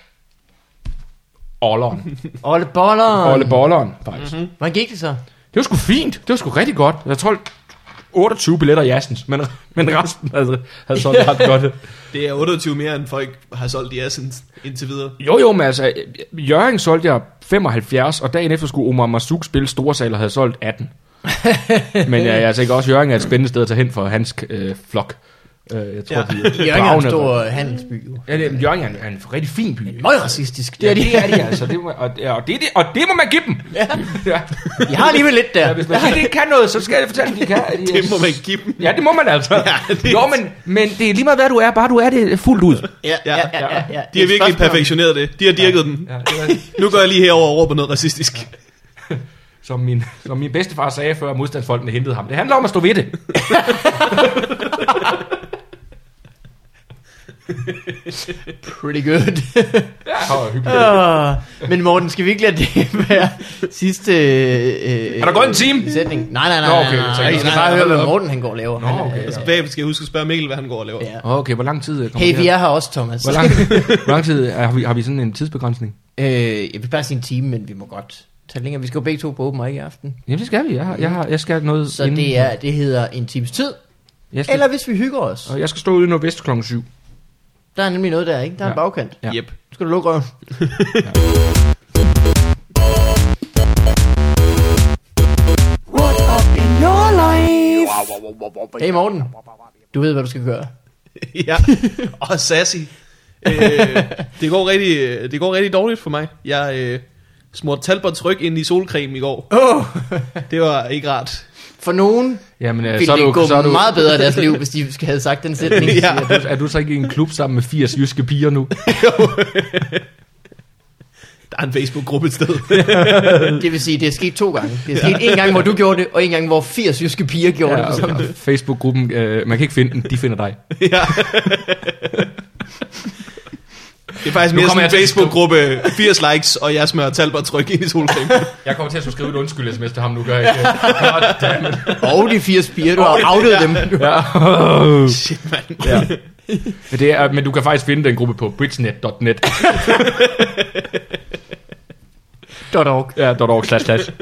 Ålderen.
Olle Boller.
Olle Bolleren, faktisk. Mm-hmm.
Hvordan gik det så?
Det var sgu fint. Det var sgu rigtig godt. Jeg tror, otteogtyve billetter i Assens, men, men resten havde, havde sådan ret godt.
Det er otteogtyve mere, end folk har solgt i Assens indtil videre.
Jo, jo, men altså, Hjørring solgte jeg femoghalvfjerds, og dagen efter skulle Omar Masuk spille storsal og havde solgt atten. Men ja, jeg tænker også, at Hjørring er et spændende sted at tage hen for hans øh, flok. Øh, jeg tror,
Ja.
de er
Jørgen er en
bravende.
stor handelsby jo.
Ja, det, Hjørring er en, er en rigtig fin by.
Møg racistisk.
Det er, det er de altså, det må, og, ja, og, det, det, og det må man give dem.
Ja.
Ja.
Jeg har alligevel lidt der.
Ja, hvis man siger, det kan noget, så skal jeg fortælle, at de kan. At de,
Det må man give dem.
Ja, det må man altså.
Ja, det-
Jo, men, men det er lige meget, hvad du er, bare du er det fuldt ud.
Ja, ja, ja, ja, ja.
De har virkelig perfektioneret det. De har dirket den.
Ja, det er,
Nu går jeg lige herover og råber noget racistisk.
som, min, som min bedstefar sagde, før modstandsfolkene hentede ham. Det handler om at stå ved det.
Pretty good.
Ja, oh, hyggeligt.
uh, men Morten, skal vi ikke lade det være sidste øh,
Er der gået en time?
sætning? Nej, nej, nej.
Nå,
nej,
okay,
nej,
så
nej.
I
Vi skal
skal-
bare
nej,
høre,
hold
hvad
op.
Morten han går og laver.
Nå,
Han er-
okay.
Altså, bagefter skal jeg huske at spørge Mikkel, hvad han går og laver.
Ja.
Okay, hvor lang tid kommer
Hey,
det
vi
her?
er her også, Thomas.
Hvor lang, hvor lang tid er, har, vi, har vi sådan en tidsbegrænsning?
øh, jeg vil bare sige en time, men vi må godt tage længere. Vi skal jo begge to på open mic i aften.
Jamen, det skal vi. Jeg, har, jeg, har, jeg skal noget
Så
inden-
det, er, det hedder en times tid.
jeg skal,
Eller hvis vi hygger os.
og jeg skal stå ude i Nordvest klokken syv.
Der er nemlig noget der, ikke? Der er en
Ja.
bagkant.
Ja.
Yep.
Nu skal du lukke røven.
What up in your life?
Hey Morten, du ved, hvad du skal gøre.
Ja, og sassy. øh, det, går rigtig, det går rigtig dårligt for mig. Jeg øh, smurte Talbots ryg ind i solcreme i går.
Oh,
Det var ikke rart.
for nogen
Jamen, øh,
ville
så er
det
du,
gå
så er du,
meget bedre i deres liv, hvis de skal have sagt den sætning.
Ja.
er, du, er du så ikke i en klub sammen med firs jyske piger nu?
Der er en Facebook-gruppe et sted.
Det vil sige, det er sket to gange. Det er sket en gang, hvor du gjorde det, og en gang, hvor firs jyske piger gjorde
Ja,
det.
og,
Som...
og Facebook-gruppen, øh, man kan ikke finde den, de finder dig.
Ja. Det er faktisk
Nu
mere
kommer
sådan en
jeg til at
Facebook-gruppe, firs likes, og jeg smører Talbots ryg ind i solcreme.
Jeg kommer til at skulle skrive et undskyld sms til ham nu, gør jeg ikke? Goddammit.
Og de firs piger, du har outet dem.
Ja.
Shit, mand.
Ja. Men, det er, men du kan faktisk finde den gruppe på bridgenet punktum net.
Dot org.
Ja, .org slash slash.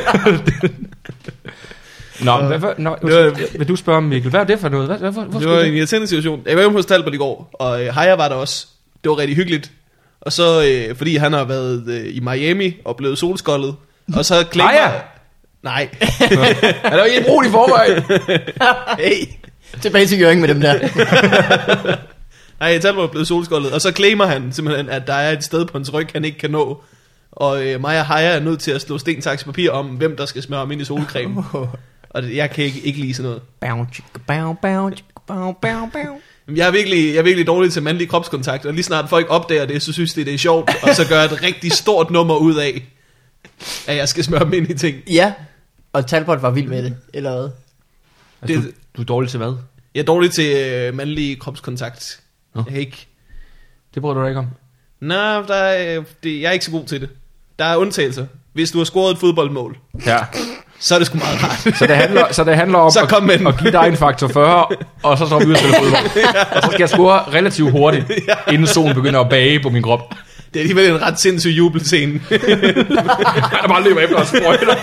Nå, hvad, hvad, nå, vil du spørge Mikkel, hvad er det for noget? Hvad, hvad, hvor, hvor
Det
skulle
var
du
en irriterende situation. Jeg var hjemme hos Talbot i går, og øh, Haya var der også. Det var rigtig hyggeligt. Og så, øh, fordi han har været øh, i Miami og blevet solskoldet. Og så glemmer...
Haya?
Nej.
Er der ikke brug i forvejen?
Hey.
Tilbage til Jørgen med dem der.
Nej, Talbot er blevet solskoldet. Og så claimer han simpelthen, at der er et sted på hans ryg, han ikke kan nå. Og øh, mig og Haya er nødt til at slå sten, saks, papir om, hvem der skal smøre ham ind i solcreme. Og det, jeg kan ikke, ikke lide sådan noget.
Bow, chicka, bow, bow, chicka, bow, bow, bow.
Jamen, Jeg er, virkelig, jeg er virkelig dårlig til mandlig kropskontakt, og lige snart folk opdager det, så synes de, det er sjovt, og så gør jeg et rigtig stort nummer ud af, at jeg skal smøre dem ind i ting.
Ja, og Talbot var vild med det, eller hvad?
Altså,
Det-
du, du er dårlig til hvad?
Jeg er dårlig til øh, mandlig kropskontakt.
Nå.
Jeg er ikke...
Det bryder du dig ikke om?
Nej, der er, øh, det, jeg er ikke så god til det. Der er undtagelser. Hvis du har scoret et fodboldmål,
Ja.
så er det sgu meget rart.
Så det handler, så det handler om
Så kom med den.
at, at give dig en faktor fyrre, og så så vi ud og spille fodbold. Og så skal jeg score relativt hurtigt, inden solen begynder at bage på min krop.
Det er alligevel en ret sindssyg jubelscene.
Jeg bare løber efter og sprøjter.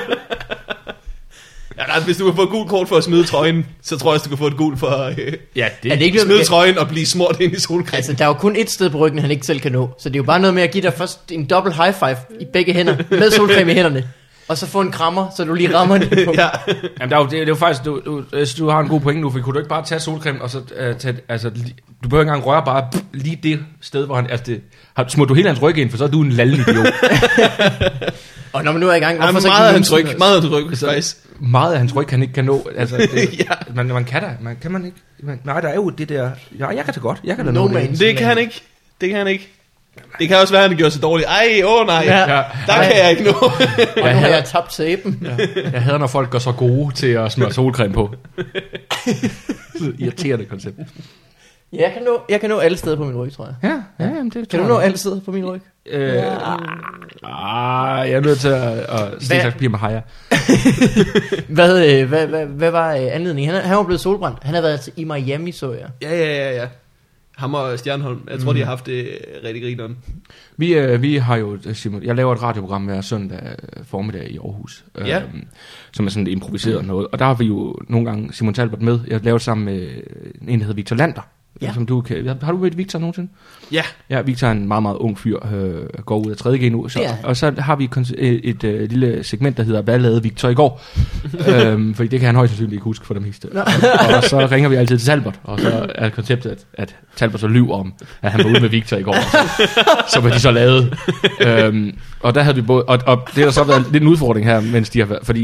Ja, hvis du kan få et gult kort for at smide trøjen, så tror jeg også, du kan få et gult for at øh,
Ja, det,
Er det ikke
smide
noget,
trøjen og blive smurt ind i solcreme.
altså, der er jo kun et sted på ryggen, han ikke selv kan nå. Så det er jo bare noget med at give dig først en dobbelt high five i begge hænder, med solcreme i hænderne. Og så få en krammer, så du lige rammer det på.
Ja.
Jamen, der er jo, det, det er jo faktisk, du, du, jeg synes, du har en god point nu, for kunne du ikke bare tage solcreme, og så uh, tage, altså, li- du behøver ikke engang røre bare pff, lige det sted, hvor han, altså det, har, smurt du hele hans ryg ind, for så er du en lallen idiot.
Og når man nu er i gang,
Ja,
hvorfor så
meget
give
af hans
nogen
ryg,
sådan
meget af hans ryg,
Altså,
faktisk.
Meget af hans ryg kan ikke kan nå, altså, det,
Ja.
man, man kan da, man, kan man ikke, man, nej, der er jo det der, ja, jeg kan da godt, jeg kan da
No
nå
man.
det.
Det kan han ikke. Det kan han ikke. Det kan også være, at han gjorde sig dårligt. Ej, åh oh, nej.
Ja.
Ja. Der
Ej.
kan jeg ikke nå.
Og nu har
hader-
jeg tabt sæben.
Ja. Jeg hader, når folk går så gode til at smøre solcreme på. Så irriterende koncept.
Jeg kan, nå, jeg kan nå alle steder på min ryg, tror jeg.
Ja, ja, jamen, det
Kan du nå alle steder på min ryg?
Øh, ah, jeg er nødt til at, at stensagspige med Haya.
Hvad, øh, hvad, hvad, hvad var øh, anledningen? Han, er- han var blevet solbrændt. Han har været altså i Miami, så jeg.
Ja, ja, ja, ja. Ham og Stjernholm. Jeg tror, mm. de har haft det rigtig grineren.
Vi, øh, vi har jo, Simon, jeg laver et radioprogram hver søndag formiddag i Aarhus,
Ja.
øh, som er sådan improviseret noget. Og der har vi jo nogle gange Simon Talbot med. Jeg har lavet sammen med en, der hedder Victor Lander.
Ja.
Som du kan, har du mødt Victor nogensinde?
Ja.
Ja, Victor er en meget, meget ung fyr, øh, går ud af tredje G nu. Så,
Ja.
og så har vi et, et, et, et lille segment, der hedder, hvad lavede Victor i går? øhm, fordi det kan han højst sandsynligt ikke huske for det meste. Og så ringer vi altid til Talbot, og så er konceptet, at, at Talbot så lyver om, at han var ude med Victor i går. Så, så var de så lavet. øhm, og der havde vi både, og, og det har så været lidt en udfordring her, mens de har været, fordi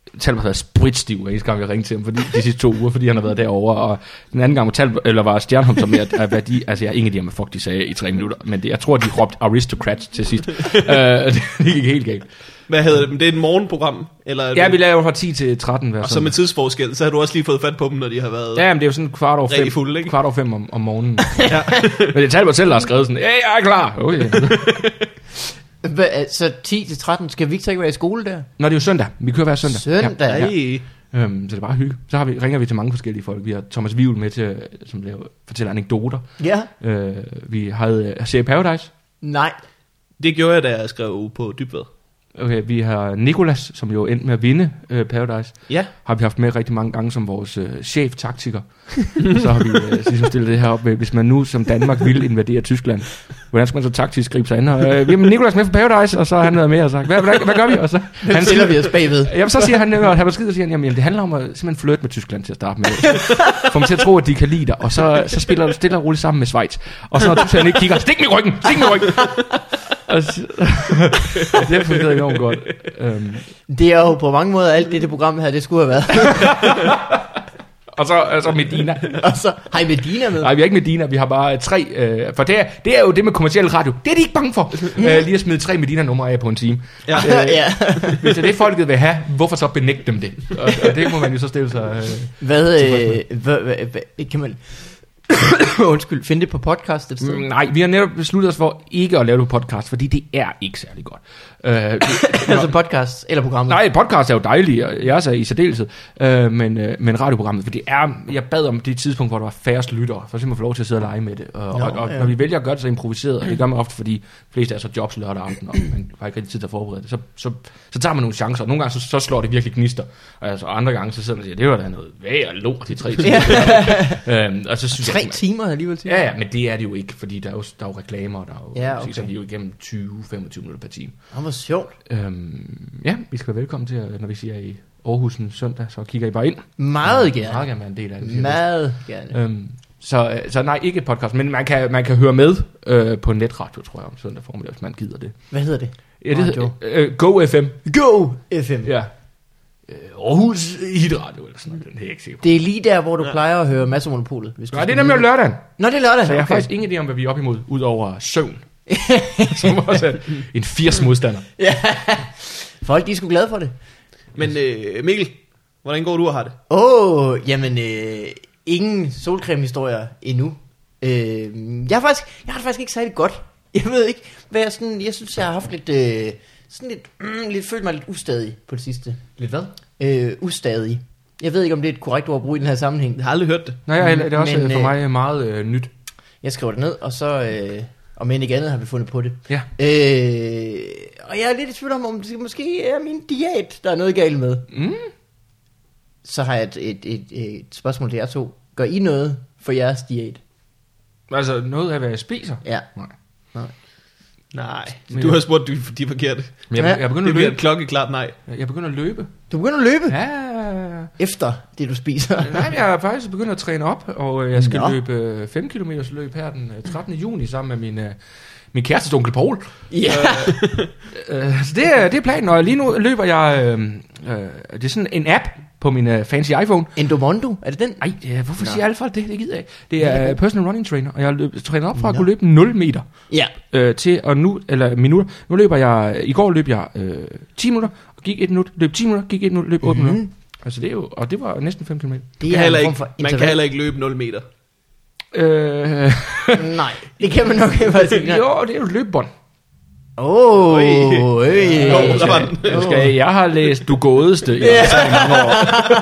Talbot har været spritstiv hver eneste gang, jeg ringte til ham, fordi, de sidste to uger, fordi han har været derovre. Og den anden gang var, Talbot, eller var Stjernholm, som jeg, at, hvad de, altså jeg ingen af de her med fuck, de sagde i tre minutter, men det, jeg tror, de råbte aristocrats til sidst. uh, det, det gik helt galt.
Hvad hedder det? Det er et morgenprogram? Eller
Ja, vi laver fra ti til tretten.
Og så med tidsforskel, så har du også lige fået fat på dem, når de har været...
Ja, men det er jo sådan kvart over fem,
fulde, ikke?
kvart over fem om, om morgenen. Ja. Men det er Talbot selv, der har skrevet sådan, ja, jeg er klar. Okay.
Hva- Så ti til tretten, skal Victor ikke være i skole der?
Nå, det er jo søndag. Vi kører hver søndag.
Søndag?
Ja.
Ej.
Øhm, så det er bare hygge. Så har vi, ringer vi til mange forskellige folk. Vi har Thomas Wivel med til, som laver, fortæller anekdoter.
Ja.
Øh, vi havde uh, serie Paradise.
Nej.
Det gjorde jeg, da jeg skrev på Dybvad.
Okay, vi har Nicolas, som jo endte med at vinde uh, Paradise.
Ja.
Har vi haft med rigtig mange gange som vores uh, chef-taktiker. Så har vi uh, ligesom stillet det her op med, hvis man nu som Danmark ville invadere Tyskland, hvordan skal man så taktisk gribe sig ind? Og, uh, vi har Nicolas med for Paradise, og så har han været med og sagt, hvad, hvad, hvad gør vi? Og så
Han stiller vi os bagved.
Jamen, så siger han, og han var skid, og siger han, jamen, det handler om at simpelthen flirte med Tyskland til at starte med. Få dem til at tro, at de kan lide dig, og så, så spiller du stille og roligt sammen med Schweiz. Og så når du ikke kigger, stik mig i ryggen, stik mig i ryggen. Og så, det har fungeret enormt godt. Um,
Det er jo på mange måder alt det, det program her, det skulle have været.
og så altså Medina.
Og så har I Medina med?
Nej, vi har ikke Medina, vi har bare tre, øh, for det er, det er jo det med kommerciel radio, det er de ikke bange for, øh, lige at smide tre Medina-numre af på en time.
Ja.
Øh,
Ja.
Hvis det er det, folket vil have, hvorfor så benægte dem det? Og, og det må man jo så stille sig... Øh,
Hvad, øh, hvad, hvad, hvad, kan man... Undskyld, finde det på podcast et sted?
Mm, Nej, vi har netop besluttet os for ikke at lave det på podcast, fordi det er ikke særlig godt. Uh, det,
Altså podcast eller programmet?
nej, podcast er jo dejligt, og jeg er så i særdeleshed, uh, men, uh, men radioprogrammet, for det er, jeg bad om det tidspunkt, hvor der var færrest lyttere, for simpelthen at få lov til at sidde og lege med det. Uh,
Nå,
og, og
ja.
når vi vælger at gøre det så improviseret, og det gør man ofte, fordi fleste er så jobs lørdag aften, og man har ikke rigtig tid til at forberede det, så, så, så tager man nogle chancer, og nogle gange så, så slår det virkelig gnister, og altså, andre gange så sidder man og siger, det var da noget værd lort i tre timer. uh, og så synes
Tre
jeg,
timer alligevel til?
Ja, ja, men det er det jo ikke, fordi der er jo, der er jo reklamer, der er jo,
Ja,
musik,
okay.
så vi er jo igennem tyve til femogtyve minutter per time.
Det var sjovt.
Øhm, ja, vi skal være velkommen til, at, når vi siger i Aarhus en søndag, så kigger I bare ind.
Meget gerne.
Meget gerne være en del af det. siger
Meget gerne.
jeg. Øhm, så, øh, så nej, ikke et podcast, men man kan, man kan høre med øh, på netradio, tror jeg, om søndag formiddag, hvis man gider det.
Hvad hedder det?
Ja, det
Radio.
hedder, øh, Go F M.
Go F M.
Ja. Øh, Aarhus Hitradio, eller sådan noget, den er jeg ikke sikker på.
Det er lige der, hvor du plejer at høre Mads og Monopolet. Hvis du
Nej, det er
skal
nemlig om
vide
lørdagen.
Nå, det er lørdag.
Så jeg har
okay.
faktisk ingen idé om, hvad vi er op imod, ud over søvn. Som også er en firs modstander.
Ja. Folk, de er sgu glade for det.
Men øh, Mikkel, hvordan går du og har det?
Åh, oh, jamen, øh, ingen solcreme-historier endnu. Øh, jeg, har faktisk, jeg har det faktisk ikke særlig godt. Jeg ved ikke, hvad jeg sådan, jeg synes, jeg har haft lidt, øh, sådan lidt, mm, lidt, følt mig lidt ustadig på det sidste.
Lidt hvad?
Øh, ustadig. Jeg ved ikke, om det er et korrekt ord at bruge i den her sammenhæng.
Jeg har aldrig hørt det.
Nej, jeg, det er også
Men,
Men, for
øh,
mig meget øh, nyt.
Jeg skriver det ned, og så, øh, om end ikke andet, har vi fundet på det.
Ja.
Øh, og jeg er lidt i tvivl om, om det måske er min diæt, der er noget galt med.
Mm.
Så har jeg et, et, et, et spørgsmål til jer to. Gør I noget for jeres diæt?
Altså noget af, hvad jeg spiser?
Ja.
Nej.
Nej,
Men
du
jeg-
har spurgt de, de forkerte.
Men jeg,
Ja,
jeg, begynder
Det
at
bliver
løbe.
et klokkeklart nej.
Jeg begynder at løbe.
Du begynder at løbe
Ja.
efter det, du spiser.
Nej, jeg er faktisk begyndt at træne op, og øh, jeg skal
Nå.
løbe fem kilometers løb her den øh, trettende juni sammen med min, øh, min kærestes onkel Paul.
Ja.
Øh, så det er, det er planen, og lige nu løber jeg, øh, øh, det er sådan en app på min øh, fancy iPhone.
Endomondo, er det den?
Nej, øh, hvorfor
Nå.
siger alle folk det? Det gider jeg ikke. Det er personal running trainer, og jeg har løbet, trænet op fra at
Nå.
kunne løbe nul meter.
Ja.
øh, til og nu eller minutter. Nu løber jeg i går løb jeg øh, ti minutter og gik et minut, løb ti minutter, gik et minut, løb otte
Mhm.
minutter. Altså det er jo, og det var næsten fem kilometer.
Det
Man kan,
er
heller
en form
ikke,
for
man kan
interval.
heller ikke løbe nul meter.
Øh,
Nej, det kan man nok faktisk ikke.
jo, det er jo et løbebånd.
Åh,
Oj.
oh, øh.
Jo, der var den.
Jeg, skal, jeg har læst Du Gådeste i yeah. mange år.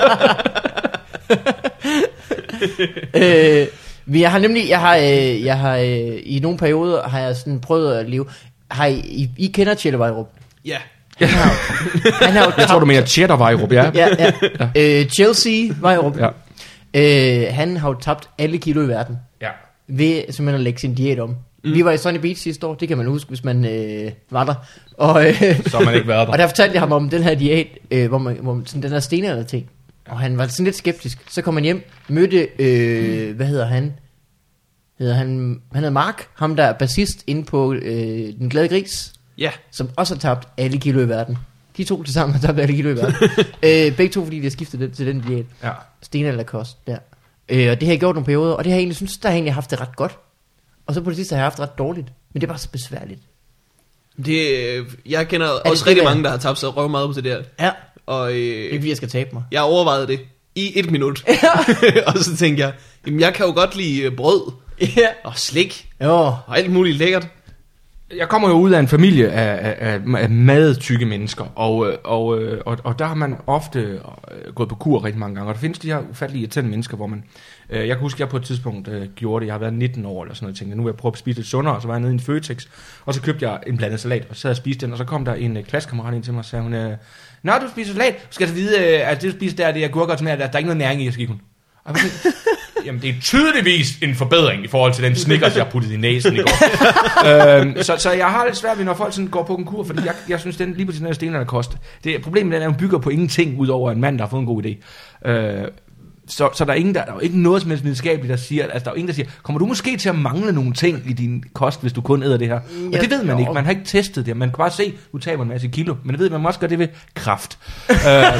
øh, vi har nemlig, jeg har, øh, jeg har øh, i nogle perioder har jeg sådan prøvet at leve. Har I, I, I kender Tjelle Vejrup?
Ja.
Han har, jo- han har jo
Jeg tror, du
tabt-
mener Cheddar Vejrup, ja.
Ja, ja. Øh, Chelsea Vejrup.
Ja.
Øh, han har jo tabt alle kilo i verden
ja.
ved simpelthen at lægge sin diæt om. Mm. Vi var i Sunny Beach sidste år, det kan man huske, hvis man øh, var der. Og, øh,
Så har man ikke været der.
og der fortalte jeg ham om den her diæt, øh, hvor man, hvor man, sådan den her stenalder ting. Og han var sådan lidt skeptisk. Så kom han hjem, mødte, øh, mm. hvad hedder han? Hedder han, han hedder Mark, ham der er bassist inde på øh, Den Glade Gris,
Ja.
som også har tabt alle kilo i verden. De to til sammen har tabt alle kilo i verden. øh, begge to, fordi de har skiftet det, til den diæt.
Ja.
Stenalder kost, der. Øh, og det har jeg gjort nogle perioder, og det har jeg egentlig synes, der har jeg egentlig haft det ret godt. Og så på det sidste har jeg haft det ret dårligt. Men det er bare så besværligt.
Det, øh, jeg kender
det
også
det,
rigtig
der?
mange, der har tabt sig røv meget på det der.
Ja,
Og øh,
det er ikke fordi, jeg skal tabe mig.
jeg overvejede det i et minut. Og så tænkte jeg, jamen jeg kan jo godt lide øh, brød
Ja.
og slik
Jo.
og alt muligt lækkert.
Jeg kommer jo ud af en familie af, af, af, af madtykke mennesker, og, øh, og, øh, og, og der har man ofte øh, gået på kur rigtig mange gange, og der findes de her ufattelige irriterende mennesker, hvor man, øh, jeg kan huske, at jeg på et tidspunkt øh, gjorde det, jeg har været nitten år eller sådan noget, jeg tænkte, nu vil jeg prøve at spise lidt sundere, og så var jeg nede i en Føtex, og så købte jeg en blandet salat, og så havde jeg spist den, og så kom der en øh, klassekammerat ind til mig, og sagde hun, øh, nå, du spiser salat, du skal altså vide, øh, at det du spiser der, det er gurker og tomater, der, der er ikke noget næring i, så gik hun. Og jeg tænkte, jamen det er tydeligvis en forbedring i forhold til den Snickers, jeg puttede i næsen i går. øhm, så, så jeg har lidt svært ved, når folk sådan går på en kur, fordi jeg, jeg synes, den lige på den her sten, der koster. Det, problemet er, at den bygger på ingenting, udover en mand, der har fået en god idé. Øh, så, så der er, ingen, der, der er jo ikke noget som helst videnskabeligt, der siger, altså der er jo ingen, der siger, kommer du måske til at mangle nogle ting i din kost, hvis du kun æder det her? Og
Ja,
det ved man
jo.
ikke, man har ikke testet det, man kan bare se, du taber en masse kilo, men det ved man, man også gør det ved kraft. øh,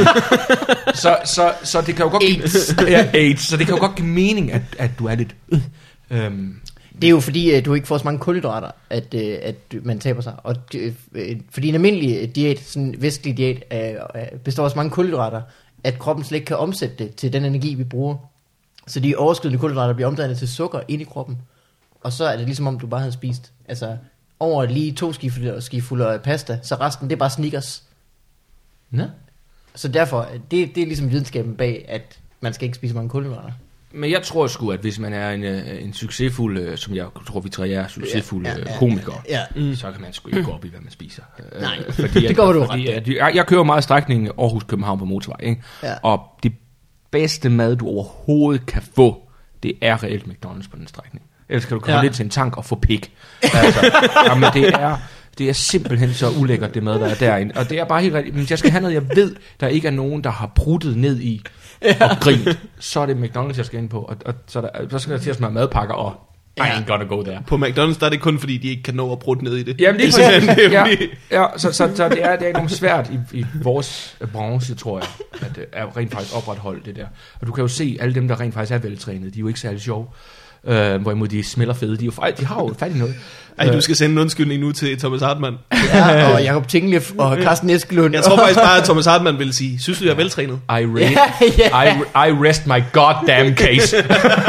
så, så, så det kan jo godt give, ja, AIDS, så det kan jo godt give mening, at, at du er lidt øh, øhm,
Det er jo fordi, at du ikke får så mange kulhydrater, at, øh, at man taber sig. Og øh, fordi en almindelig diæt, sådan en vestlig diæt, øh, består af så mange kulhydrater, at kroppen slet ikke kan omsætte det til den energi, vi bruger. Så de overskydende kulhydrater bliver omdannet til sukker ind i kroppen. Og så er det ligesom om, du bare havde spist altså over lige to skifulde, skifulde af pasta, så resten, det er bare Snickers.
ja.
Så derfor, det, det er ligesom videnskaben bag, at man skal ikke spise mange kulhydrater.
Men jeg tror sgu, at hvis man er en, øh, en succesfuld, øh, som jeg tror, vi tre er, succesfulde
Ja, ja, ja,
komikere,
ja.
mm. så kan man sgu ikke gå op i, hvad man spiser. Øh,
Nej,
fordi
det
at,
går du
fordi
ret
at, jeg, jeg kører meget strækningen Aarhus-København på motorvej, ikke?
Ja.
Og det bedste mad, du overhovedet kan få, det er reelt McDonald's på den strækning. Ellers kan du komme
Ja.
lidt til en tank og få pik. Altså, jamen det er... Det er simpelthen så ulækkert, det mad, der er derinde. Og det er bare helt rigtigt. Hvis jeg skal have noget, jeg ved, der ikke er nogen, der har bruttet ned i og grint, så er det McDonald's, jeg skal ind på. Og, og så, der, så skal der til at smøre madpakker, og I ain't gonna go there.
På McDonald's, der er det kun fordi, de ikke kan nå at bruge ned i det.
Jamen, det er
simpelthen-
præcis. Ja,
fordi-
ja, så, så, så det, er, det er enormt svært i, i vores branche, tror jeg, at det er rent faktisk opretholde det der. Og du kan jo se, alle dem, der rent faktisk er veltrænede, de er jo ikke særlig sjove. Øh, hvorimod de smelter fede, de, er jo, fej- de har jo fat i noget.
Ej, du skal sende en undskyldning nu til Thomas Hartmann.
Ja, og Jacob Tinglef og Carsten Eskelund.
Jeg tror faktisk bare, at Thomas Hartmann vil sige, synes du, jeg er veltrænet?
I, re-
Ja, ja.
I, I rest my goddamn case.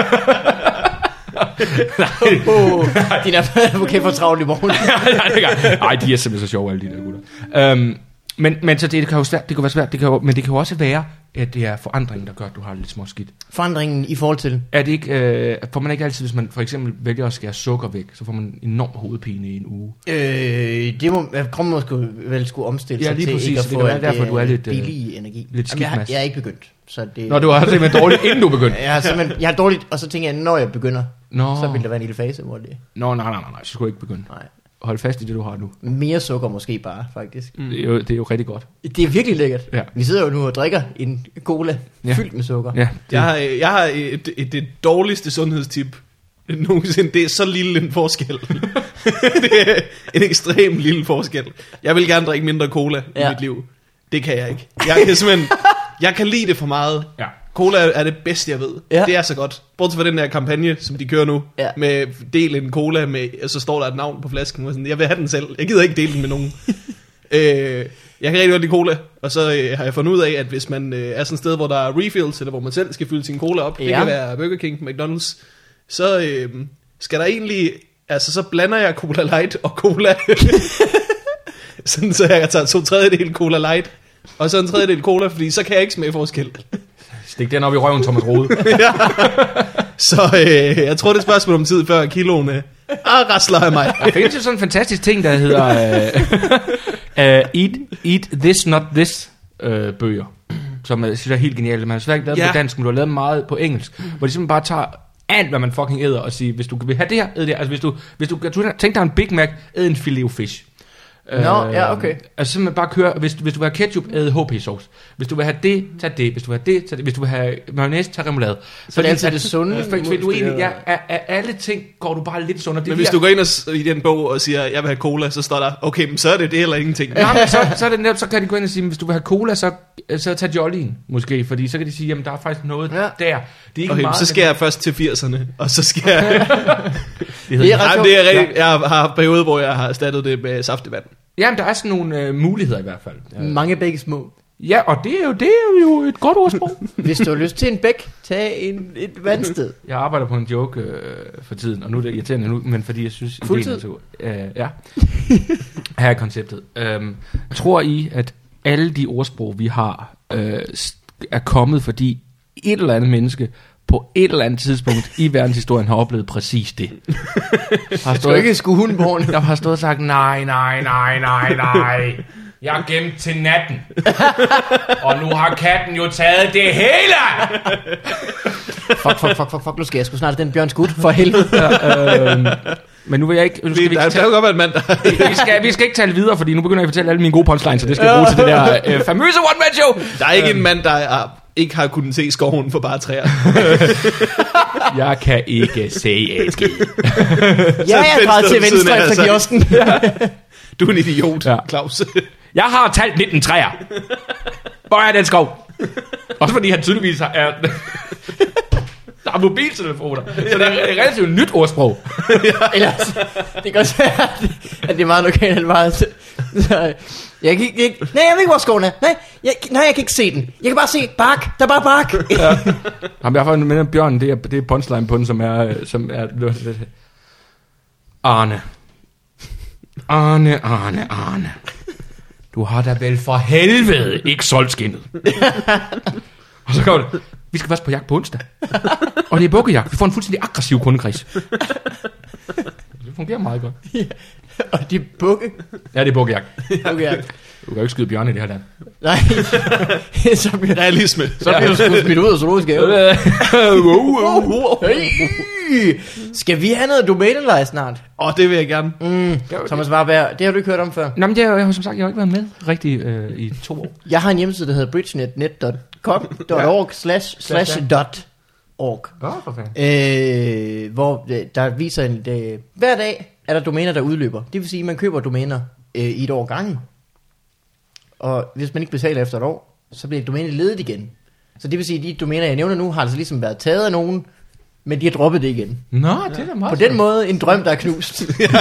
Oh, din advokat for travlt i morgen.
Nej, de er simpelthen så sjove, alle de der gutter. Um, men, men så det, det kan jo svært, det kan være svært, det kan jo, men det kan jo også være, at det er forandringen, der gør, at du har det lidt småskidt.
Forandringen i forhold til.
Er det ikke, øh, får man ikke altid, hvis man for eksempel vælger at skære sukker væk, så får man enorm hovedpine i en uge?
Øh, det må, kroppen må sgu, vel skulle omstille
Ja,
sig
lige
til
præcis,
ikke at
så det
få
kan være
alt
derfor,
det
du er lidt, øh,
billige energi.
lidt
Jamen, jeg, har,
skidtmas.
jeg er ikke begyndt. Så det,
Nå, du har simpelthen dårligt, inden du begyndte.
jeg, har simpelthen, jeg har dårligt, og så tænker jeg, når jeg begynder,
Nå.
så vil der være en lille fase, hvor det...
Nå, nej, nej, nej, nej, så skulle jeg ikke begynde.
Nej.
Hold fast i det, du har nu.
Mere sukker måske bare, faktisk.
Mm. Det, er jo, det er jo rigtig godt.
Det er virkelig lækkert.
Ja.
Vi sidder jo nu og drikker en cola
Ja.
fyldt med sukker.
Ja, det,
Jeg har, jeg har et, et, det dårligste sundhedstip nogensinde. Det er så lille en forskel. Det er en ekstrem lille forskel. Jeg vil gerne drikke mindre cola ja.
Ja.
i mit liv. Det kan jeg ikke. Jeg kan simpelthen, jeg kan lide det for meget.
ja.
Cola er det bedste, jeg ved.
Ja.
Det er så godt. Bortset fra den der kampagne, som de kører nu,
Ja.
med del en cola, med, og så står der et navn på flasken. Og sådan, jeg vil have den selv. Jeg gider ikke dele den med nogen. øh, jeg kan rigtig godt lide cola, og så øh, har jeg fundet ud af, at hvis man øh, er sådan et sted, hvor der er refills, eller hvor man selv skal fylde sin cola op, ja. det
Ja.
kan være Burger King, McDonald's, så øh, skal der egentlig, altså så blander jeg Cola Light og Cola, sådan så jeg tager to tredjedel Cola Light, og så en tredjedel cola, fordi så kan jeg ikke smage forskel.
Stik den op i røven, Thomas Rode.
Så øh, jeg tror, det er et spørgsmål om tid, før kiloen øh, ah, rasler af mig.
Der findes jo sådan en fantastisk ting, der hedder uh, uh, Eat, Eat This Not This uh, bøger, som jeg synes er helt genialt. Man har svært lavet
Ja.
på dansk, men du har lavet meget på engelsk, hvor de simpelthen bare tager alt, hvad man fucking æder, og siger, hvis du vil have det her, æd det her. Altså hvis du, hvis du, du tænk dig en Big Mac, æd en filet fish.
Nå, ja, okay.
Altså simpelthen bare køre, hvis, hvis du vil have ketchup, æd H P-sauce. Hvis du vil have det, tag det. Hvis du vil have det, tag det. Hvis du vil have mayonnaise, tag remoulade.
Så det er altid det sunde.
For, for du egentlig, ja, af, af alle ting går du bare lidt sundere. Det
Men hvis
her,
du går ind og, s- i den bog og siger, jeg vil have cola, så står der, okay, men så er det det eller ingenting.
nej, men så, så, er det netop, så kan de gå ind og sige, hvis du vil have cola, så, så tag Jollien måske. Fordi så kan de sige, jamen der er faktisk noget
Ja.
der. Det er ikke
Okay,
meget.
så skal jeg først til firserne, og så skal jeg...
det
Det er
hedder,
ret
Nej, det er rigtigt. Jeg har haft perioder, hvor jeg har erstattet det med saftevand.
jamen der er sådan nogle øh, muligheder i hvert fald.
Mange begge små.
Ja, og det er jo, det er jo et godt ordsprog.
Hvis du har lyst til en bæk, tag en, et vandsted.
Jeg arbejder på en joke øh, for tiden, og nu er det irriterende nu, men fordi jeg synes,
Fuldtid?
ideen er så god. Øh, ja. Her er konceptet. Øhm, tror I, at alle de ordsprog, vi har, øh, st- er kommet, fordi et eller andet menneske på et eller andet tidspunkt i verdenshistorien har oplevet præcis det? Har
Jeg tror ikke, skulle hun på
jeg har stået og sagt, nej, nej, nej, nej, nej. Jeg er gemt til natten. Og nu har katten jo taget det hele.
Fuck, fuck, fuck, fuck, fuck, nu skal jeg sgu snart den bjørn skudt, for helvede.
Ja, øhm, men nu vil jeg ikke... Nu skal vi,
Det, der
ikke
kan jo
tale,
godt være en mand, der...
vi, skal, vi skal ikke tale videre, fordi nu begynder jeg at fortælle alle mine gode punchlines, så det skal jeg bruge til det der øh, famøse one-man-show.
Der er ikke en mand, der er, ikke har kunnet se skoven for bare træer.
Jeg kan ikke se et skid.
Ja, jeg
den
er
stod
til
ved siden
venstre
af,
efter
så-
kiosken.
Du er en idiot,
Ja.
Claus.
Jeg har talt nitten træer. Hvor er den skov? Også fordi han tydeligvis har... Er, der er mobiltelefoner, så det er et relativt nyt ordsprog.
Ellers, det kan også være, at det- at det er meget lokalt, han bare... Så, så, jeg kan ikke, ikke... Nej, jeg ved ikke, hvor skoven er. Nej jeg, nej, jeg kan ikke se den. Jeg kan bare se bark. Der er bare bark.
Jamen, jeg har fået med Bjørn, det er, det er punchline på den, som er... Som er Arne. Arne, Arne, Arne. Du har da vel for helvede ikke solgt skinnet. Og så kommer det, vi skal først på jagt på onsdag. Og det er bukkejagt. Vi får en fuldstændig aggressiv kundekreds. Det fungerer meget godt.
Og de bukke.
Ja, det er bukkejagt.
Okay.
Du kan jo ikke skyde bjørne i det her land.
Nej, så bliver,
Realisme.
så bliver du sgu smidt ud af zoologisk have. Hey! Skal vi have noget domæneleje snart?
Åh, det vil jeg gerne.
Mm, Thomas Warberg, det har du ikke hørt om før.
Nå, men det er, jeg har som sagt, jeg har ikke været med rigtig øh, i to år.
Jeg har en hjemmeside, der hedder bridgenet punktum net punktum com slash slash dot org.
Nå, for fanden.
Øh, hvor øh, der viser en... Øh, hver dag er der domæner, der udløber. Det vil sige, at man køber domæner øh, i et år gangen. Og hvis man ikke betaler efter et år, så bliver domænet ledet igen. Så det vil sige, at de domæner, jeg nævner nu, har altså ligesom været taget af nogen, men de har droppet det igen.
Nå, det er da meget
På den måde en drøm, der er knust.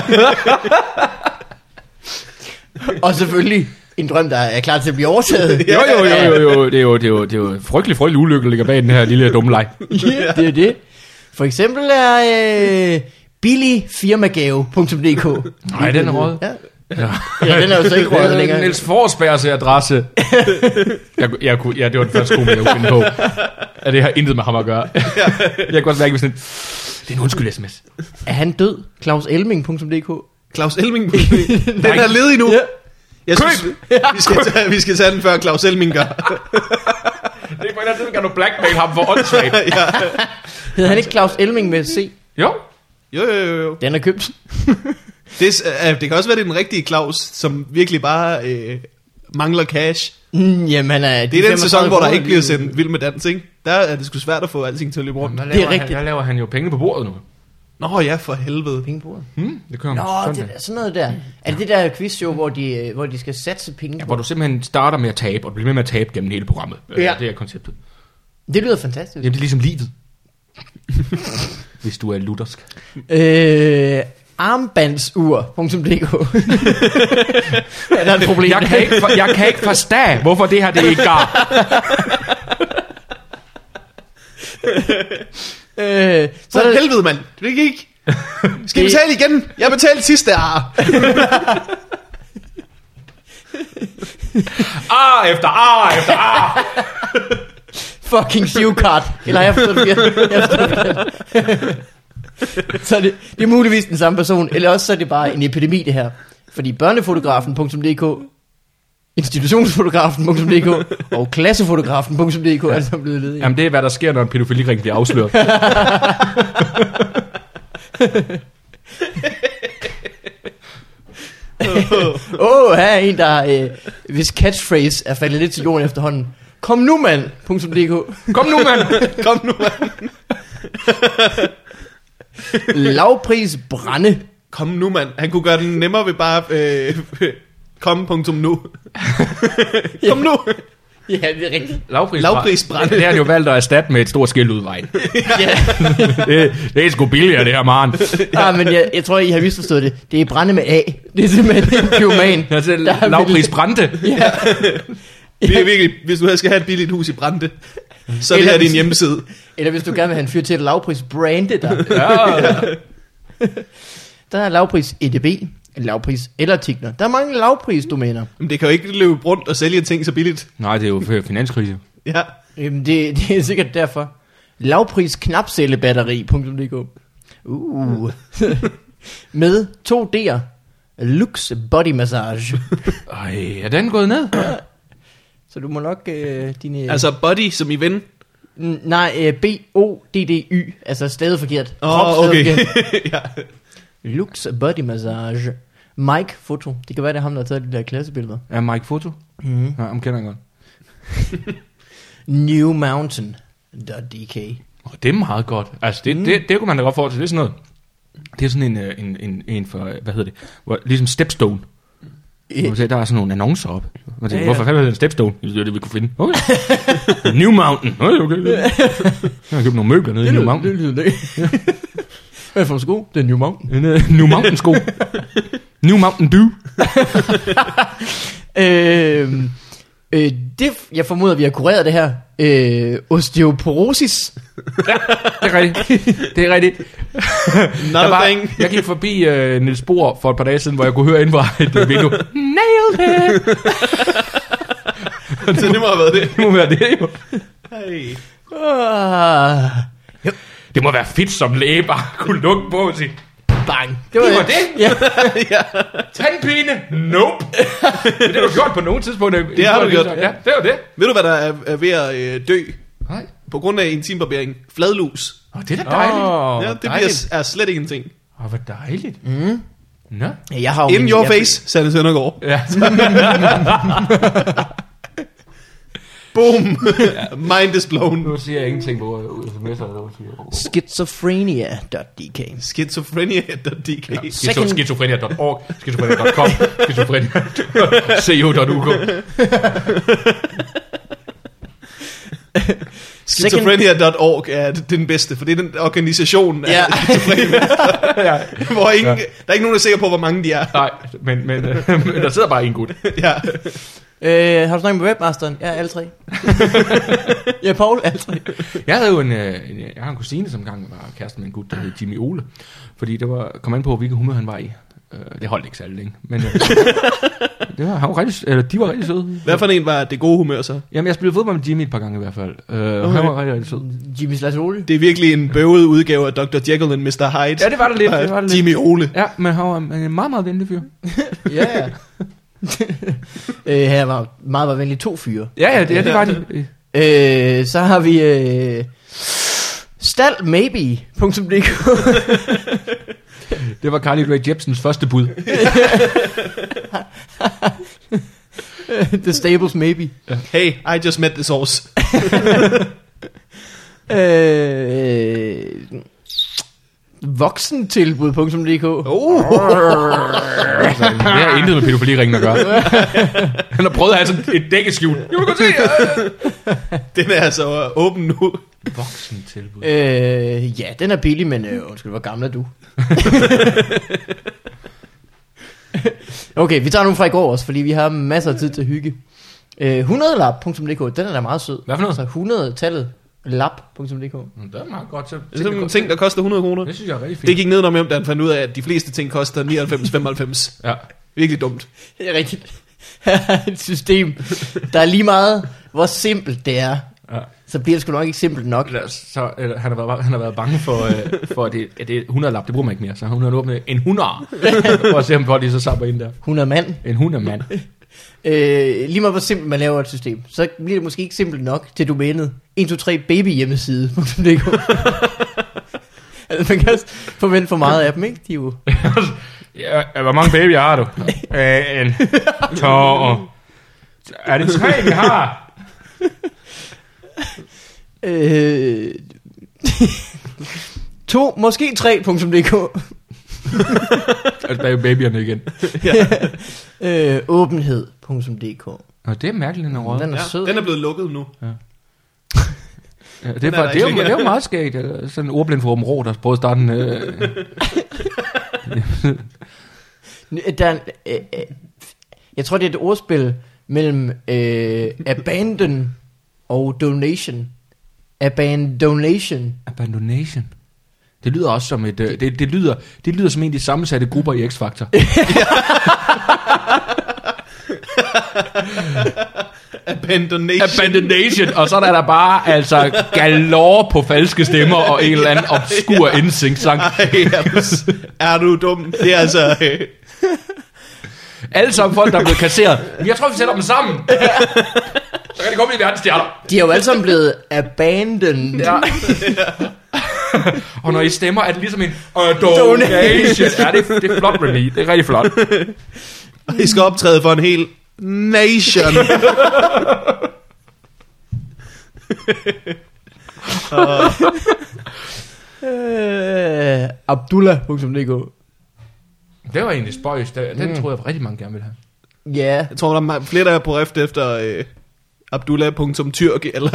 Og selvfølgelig en drøm, der er klar til at blive overtaget.
Jo, jo, jo, jo, jo, det er jo, det er jo, det er jo frygtelig, frygtelig ulykke, der ligger bag den her lille dumme leg.
Ja, det er det. For eksempel er øh, billigfirmagave punktum d k.
Nej, den er rød.
Ja. Ja, den er jo så ikke røget længere.
Niels Forsbergs adresse. jeg, jeg kunne, ja, det var den første skole, jeg kunne finde på. At det har intet med ham at gøre. jeg kan godt mærke, hvis sådan, det er en undskyld sms.
Er han død? Claus Elming punktum d k.
Claus Elming. Den er ledig nu.
Ja.
Jeg synes, vi skal, tage, vi skal tage den før Claus Elming gør.
Det er på en eller anden tid, kan du blackmail ham for åndssvagt.
Hedder han ikke Claus Elming med C?
Jo.
Jo, jo, jo, jo.
Den er købt.
Det, er- øh, det kan også være, det er den rigtige Claus, som virkelig bare øh, mangler cash.
Mm, jamen, uh,
Det er den sæson, hvor der ikke bliver sendt Vild med Dans, ikke? Der er det sgu svært at få alting til at løbe rundt.
Der
Det er
laver han,
rigtigt.
der laver han jo penge på bordet nu.
Nå ja, for helvede.
Penge på.
Hmm, det kører
Nå,
om
det
søndag.
er sådan noget der. Er det det der quizshow, hvor de, øh, hvor de skal satse penge
Ja,
på?
hvor du simpelthen starter med at tabe, og bliver med med at tabe gennem hele programmet.
Ja.
Ja. Det er konceptet.
Det lyder fantastisk.
Jamen, det er ligesom livet. Hvis du er luthersk.
Øh, armbandsur punktum d k. Ja, der er et problem.
Jeg kan, ikke for, jeg kan ikke forstå, hvorfor det her det ikke går.
øh, så
Så
er der,
helvede, mand. Det gik ikke. Skal I
Det-
betale igen? Jeg betalte sidste ar.
Ah, efter ah, efter ah.
fucking sivkart. Eller har jeg forstået det forkert? Jeg har forstået det forkert. Så det, det er muligvis den samme person. Eller også så er det bare en epidemi, det her. Fordi børnefotografen punktum d k, institutionsfotografen punktum d k og klassefotografen punktum d k er altså blevet ledige.
Jamen, det er, hvad der sker, når en pædofiliring bliver afsløret.
Åh, oh, her er en, der øh, hvis catchphrase er faldet lidt til jorden efterhånden. Kom nu, mand. .dk.
Kom nu, mand.
Kom nu, mand.
Lavpris brænde.
Kom nu, mand. Han kunne gøre den nemmere ved bare... Øh, kom punktum nu. Kom nu.
Ja, det er rigtigt.
Lavpris,
Lavprisbrænde.
Det har han jo valgt at erstatte med et stort skilt ud i vejen.
Ja.
det, det er sgu billigere, det her, man.
Ah, men jeg, jeg tror, I har misforstået det. Det er brænde med A. Det er simpelthen en pyroman.
Altså,
Der
lavpris brændte.
Ja.
Det er virkelig, hvis du skal have et billigt hus i Brande, så er det her din hjemmeside.
Eller hvis du gerne vil have en fyr til et lavpris brande der.
Ja.
Der er lavpris E D B, lavpris elartikler. Der er mange lavprisdomæner.
Men det kan jo ikke løbe rundt og sælge ting så billigt.
Nej, det er jo for finanskrise.
Ja.
Jamen, det, det er sikkert derfor. Lavpris knapcellebatteri.dk. Uh. Med to D'er. Lux Body Massage.
Ej, er den gået ned?
Så du må nok øh, dine...
Altså body som i ven.
N- nej, øh, B O D D Y. Altså stadig forkert.
Åh,
Krop
oh,
stadig
okay.
forkert.
Ja.
Lux Body Massage. Mike Foto. Det kan være, det er ham, der har taget de der klassebilleder.
Er Mike Foto?
Mm.
Ja, ham kender jeg godt.
New Mountain. .dk.
Oh, det er meget godt. Altså, det, mm. det, det, det kunne man da godt få til. Det er sådan noget. Det er sådan en, øh, en, en, en for, hvad hedder det, hvor, ligesom Stepstone.
Øh.
Se, der er sådan nogle annoncer op. Og tænker,
Ja, ja.
hvorfor fanden er det en Stepstone? Det er det, vi kunne finde. Okay. New Mountain. Okay, okay. Jeg har købt nogle møbler nede i New Mountain.
Det lyder det. Hvad er det for en sko? Det er New Mountain.
En, uh, New Mountain sko. New Mountain Dew.
øh, øh, det, jeg formoder, vi har kureret det her. Øh, osteoporosis.
Det er rigtigt. Det er rigtigt.
Not
Jeg,
a
var,
thing.
jeg gik forbi uh, Niels Bohr for et par dage siden, hvor jeg kunne høre ind fra et uh, vindue. Nailed it!
Så det må have været det.
Det må være det jo.
Hey.
Ah,
Det må være fedt som læge bare at kunne lukke på og sige,
bang. Det var
det var
det.
det.
Ja.
Ja.
Tandpine? Nope. Men det har du gjort på nogle tidspunkter.
Det har du gjort.
Ja, det var det.
Ved du, hvad der er, er ved at øh, dø?
Nej.
På grund af intimbarbering. Fladlus.
Åh, det er da dejligt.
Åh,
Ja, det
dejligt.
bliver, er slet ikke en ting.
Åh, hvor dejligt.
Mm.
Nå.
Jeg har jo
In
min-
your
jeg-
face, Sanne Søndergaard.
Ja.
Boom. Mind is blown.
Nu siger jeg ingenting på sms'er. Eller
Schizophrenia.dk.
Schizophrenia.dk.
ja.
Second-
Skizofrenia punktum org, skizofrenia punktum com, skizofrenia punktum co punktum uk.
Schizophrenia punktum org er den bedste, for det er den organisation af
Ja.
skizofrenia,
Ja.
hvor ingen,
Ja.
der er ikke nogen, der er sikker på, hvor mange de er.
Nej, men, men, øh, men der sidder bare en gut.
Ja.
Øh, har du snakket med webmasteren? Ja, alle tre. Ja, Paul, alle tre.
Jeg havde jo en, øh, en, jeg har en kusine, som engang var kæreste med en gut, der hed Jimmy Ole. Fordi det var, kom an på, hvilket humør han var i. Øh, det holdt ikke særlig længe. Men øh, det var, han var rigtig, eller, de var rigtig søde.
Hvad for en var det gode humør så?
Jamen, jeg spillede fodbold med Jimmy et par gange i hvert fald. Øh, okay. Han var rigtig, rigtig sød.
Jimmy Slash Ole.
Det er virkelig en bøvet udgave af doktor Jekyll and mister Hyde.
Ja, det var det lidt. Det var det lidt.
Jimmy Ole.
Ja, men han var en meget, meget venlig fyr.
Ja, ja. øh, her var meget, meget venlig to fyre.
Ja, ja, det, ja, det var det.
Øh, så har vi øh, staldmaybe punktum d k.
Det var Carly Rae Jepsens første bud.
The Stables maybe.
Hey, I just met this horse.
øh, voksentilbud punktum d k.
Oh.
Altså, det har intet med pædofiliringen at gøre. Han har prøvet at have sådan et dækkeskjul. Jeg vil godt se.
Den er altså åben nu.
Voksen tilbud.
Øh, ja, den er billig, men øh, undskyld, hvor gammel er du? Okay, vi tager nogle fra i går også, fordi vi har masser af tid til hygge. Øh, hundrede lap punktum d k, den er da meget sød.
Hvad for noget?
Altså hundrede-tallet lap punktum d k.
Det er meget godt. Så
Det er sådan en ting, der koster hundrede kroner.
Det synes jeg er rigtig fint.
Det gik ned om, da han fandt ud af, at de fleste ting koster nioghalvfems femoghalvfems.
Ja.
Virkelig dumt.
Det er rigtigt. Her er et system, der er lige meget, hvor simpelt det er.
Ja.
Så bliver det sgu nok ikke simpelt nok.
Eller, så, eller, han, har været, han har været bange for, øh, for at det, at det er hundrede lap, det bruger man ikke mere. Så han har åbnet en hundrede, for at se, om folk lige så sapper ind der.
hundrede mand.
En hundrede mand.
Øh, lige meget hvor simpelt man laver et system, så bliver det måske ikke simpelt nok til domænet en to tre baby hjemmeside. Altså man kan også forvente for meget af dem, ikke? De er jo...
Ja, hvor mange babyer har du? Øh, en, to, er det tre, vi har?
Øh, to, måske tre punktum d k.
Altså, der er jo babyerne igen.
øh, åbenhed punktum d k.
Og det er mærkeligt, den er rød.
Den er
Ja,
sød.
den er blevet lukket nu.
Ja. Ja, det,
Den
er,
er
bare,
der
det, er jo,
ikke
det er jo meget skægt. øh, Sådan en ordblind for Åben Rå, der prøver at starte en... Øh,
Der er en, øh, øh, jeg tror, det er et ordspil mellem øh, abandon og donation. Abandonation.
abandonation. Det lyder også som et... Øh, det, det, lyder, det lyder som en af de sammensatte grupper i X-Factor.
Abandonation.
Abandonation, og så er der bare altså galore på falske stemmer og en eller anden obskur indsing-sang.
Ej, er du, er du dum? Det er altså... Øh,
Alle sammen folk, der er blevet kasseret. Men jeg tror, vi sætter dem sammen. Så kan det komme i verdensstjerner.
De er jo alle sammen blevet abandoned.
Ja. Og når I stemmer, er det ligesom en uh, donation. Ja, det, er- det er flot, Remy. Det er rigtig flot.
og I skal optræde for en hel nation.
Øh, Abdullah punktum d k.
Det var egentlig spøjs. Den
Mm.
mm. troede jeg rigtig mange gerne ville have.
Ja.
Jeg tror, der er flere, der er på rift efter øh, Abdullah.tyrk, eller...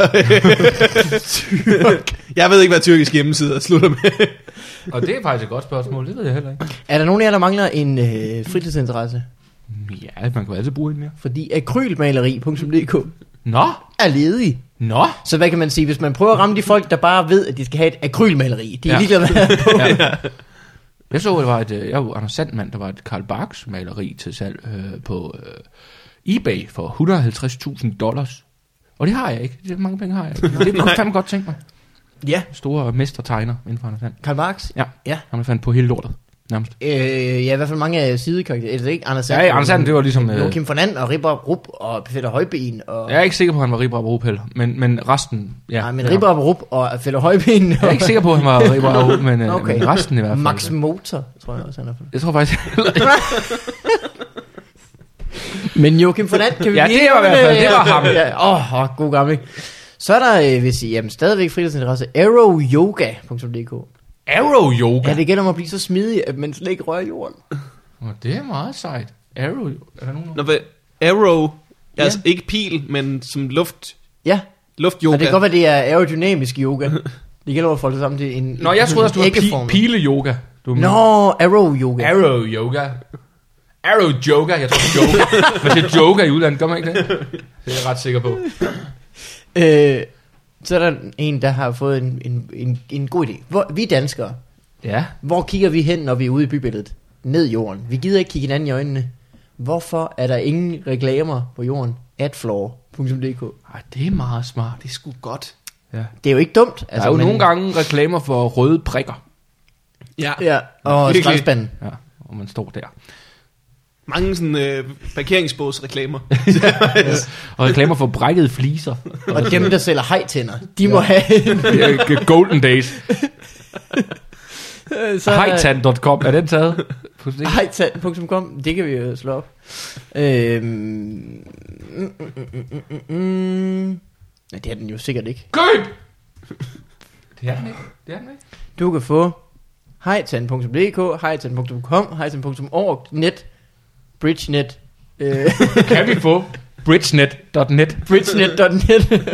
jeg ved ikke, hvad tyrkisk hjemmeside slutter med.
Og det er faktisk et godt spørgsmål. Det ved jeg heller ikke.
Er der nogen af jer, der mangler en øh, fritidsinteresse?
Ja, man kan jo altid bruge den, ja.
Fordi akrylmaleri punktum d k
Nå,
er ledig.
nå.
Så hvad kan man sige, hvis man prøver at ramme de folk, der bare ved, at de skal have et akrylmaleri. De er
Ja.
ligeglade med at på.
Ja. Jeg så, det var et, øh, jeg var Anders Sandmann, der var et Karl Barks maleri til salg øh, på øh, eBay for et hundrede og halvtreds tusind dollars. Og det har jeg ikke. Det er mange penge har jeg ikke. Det kunne jeg fandme godt tænke mig.
Ja,
Store mestertegner inden for Anders Sand.
Karl Marx.
Ja,
Ja.
han fandt på hele lortet, nærmest.
Øh, ja, i hvert fald mange af sidekarakterer. Er det ikke Anders Sand?
Ja, Anders Sand, det var ligesom... Øh,
Joachim von And og Ribber Rup og Peter Højben. Og...
jeg er ikke sikker på, at han var Ribber og Rup heller, men, men resten... Ja,
Nej, men
ja.
Ribber Rup og Peter Højben.
Jeg er ikke sikker på, at han var Ribber og Rup, men, øh,
Okay.
men resten i hvert fald.
Max Motor, tror jeg også, han er for.
Jeg tror faktisk...
Men Joachim von And, kan vi
Ja,
lige...
det var i hvert fald- det var ham.
Ja, åh, oh, god gammel. Så er der, øh, hvis I jamen, stadigvæk fritidsinteresse, arrow yoga punktum d k.
Arrow Yoga.
Ja, det gælder om at blive så smidig, at man slet ikke rører jorden.
Oh, det er meget sejt. Arrow... Er der nogen?
Nå, hvad? Arrow,
Ja.
altså ikke pil, men som luft,
Ja,
luftyoga.
og det kan godt være, det er aerodynamisk yoga. Det gælder om at få det sammen til en...
Nå, jeg troede også, du var pi-
æggeformet.
pile-yoga. Du
Nå, arrow yoga.
Arrow Yoga. Arrow Yoga. Jeg tror, det er yoga. Man siger yoga i udlandet. Gør man ikke det? Det er jeg ret sikker på.
Øh, så er der en, der har fået en, en, en, en god idé. Hvor, vi er danskere.
Ja.
Hvor kigger vi hen, når vi er ude i bybilledet? Ned i jorden. Vi gider ikke kigge hinanden i øjnene. Hvorfor er der ingen reklamer på jorden? adfloor punktum d k.
Ej, det er meget smart.
Det er sgu godt.
Ja.
Det er jo ikke dumt.
Der er jo
men-
nogle gange reklamer for røde prikker.
Ja.
Ja, og
Virkelig.
skraldespanden.
Ja, og man står der.
Mange sådan øh, parkeringsbådsreklamer.
Og reklamer for brækkede fliser.
Og dem, der sælger hejtænder, de må have en...
Det er Golden Days.
så er der-
Hejtand punktum com. Er den taget? Fuldstændig.
hejtand punktum com, det kan vi jo slå op. Øhm... Mm, mm, mm, mm, mm, mm. Ja, det er den jo sikkert ikke.
Køb! Det er den ikke. Det er den ikke.
Du kan få hejtand punktum d k, hejtand punktum com, hejtand punktum org, net, bridgenet, øh,
Kan vi få bridgenet punktum net?
bridgenet punktum net.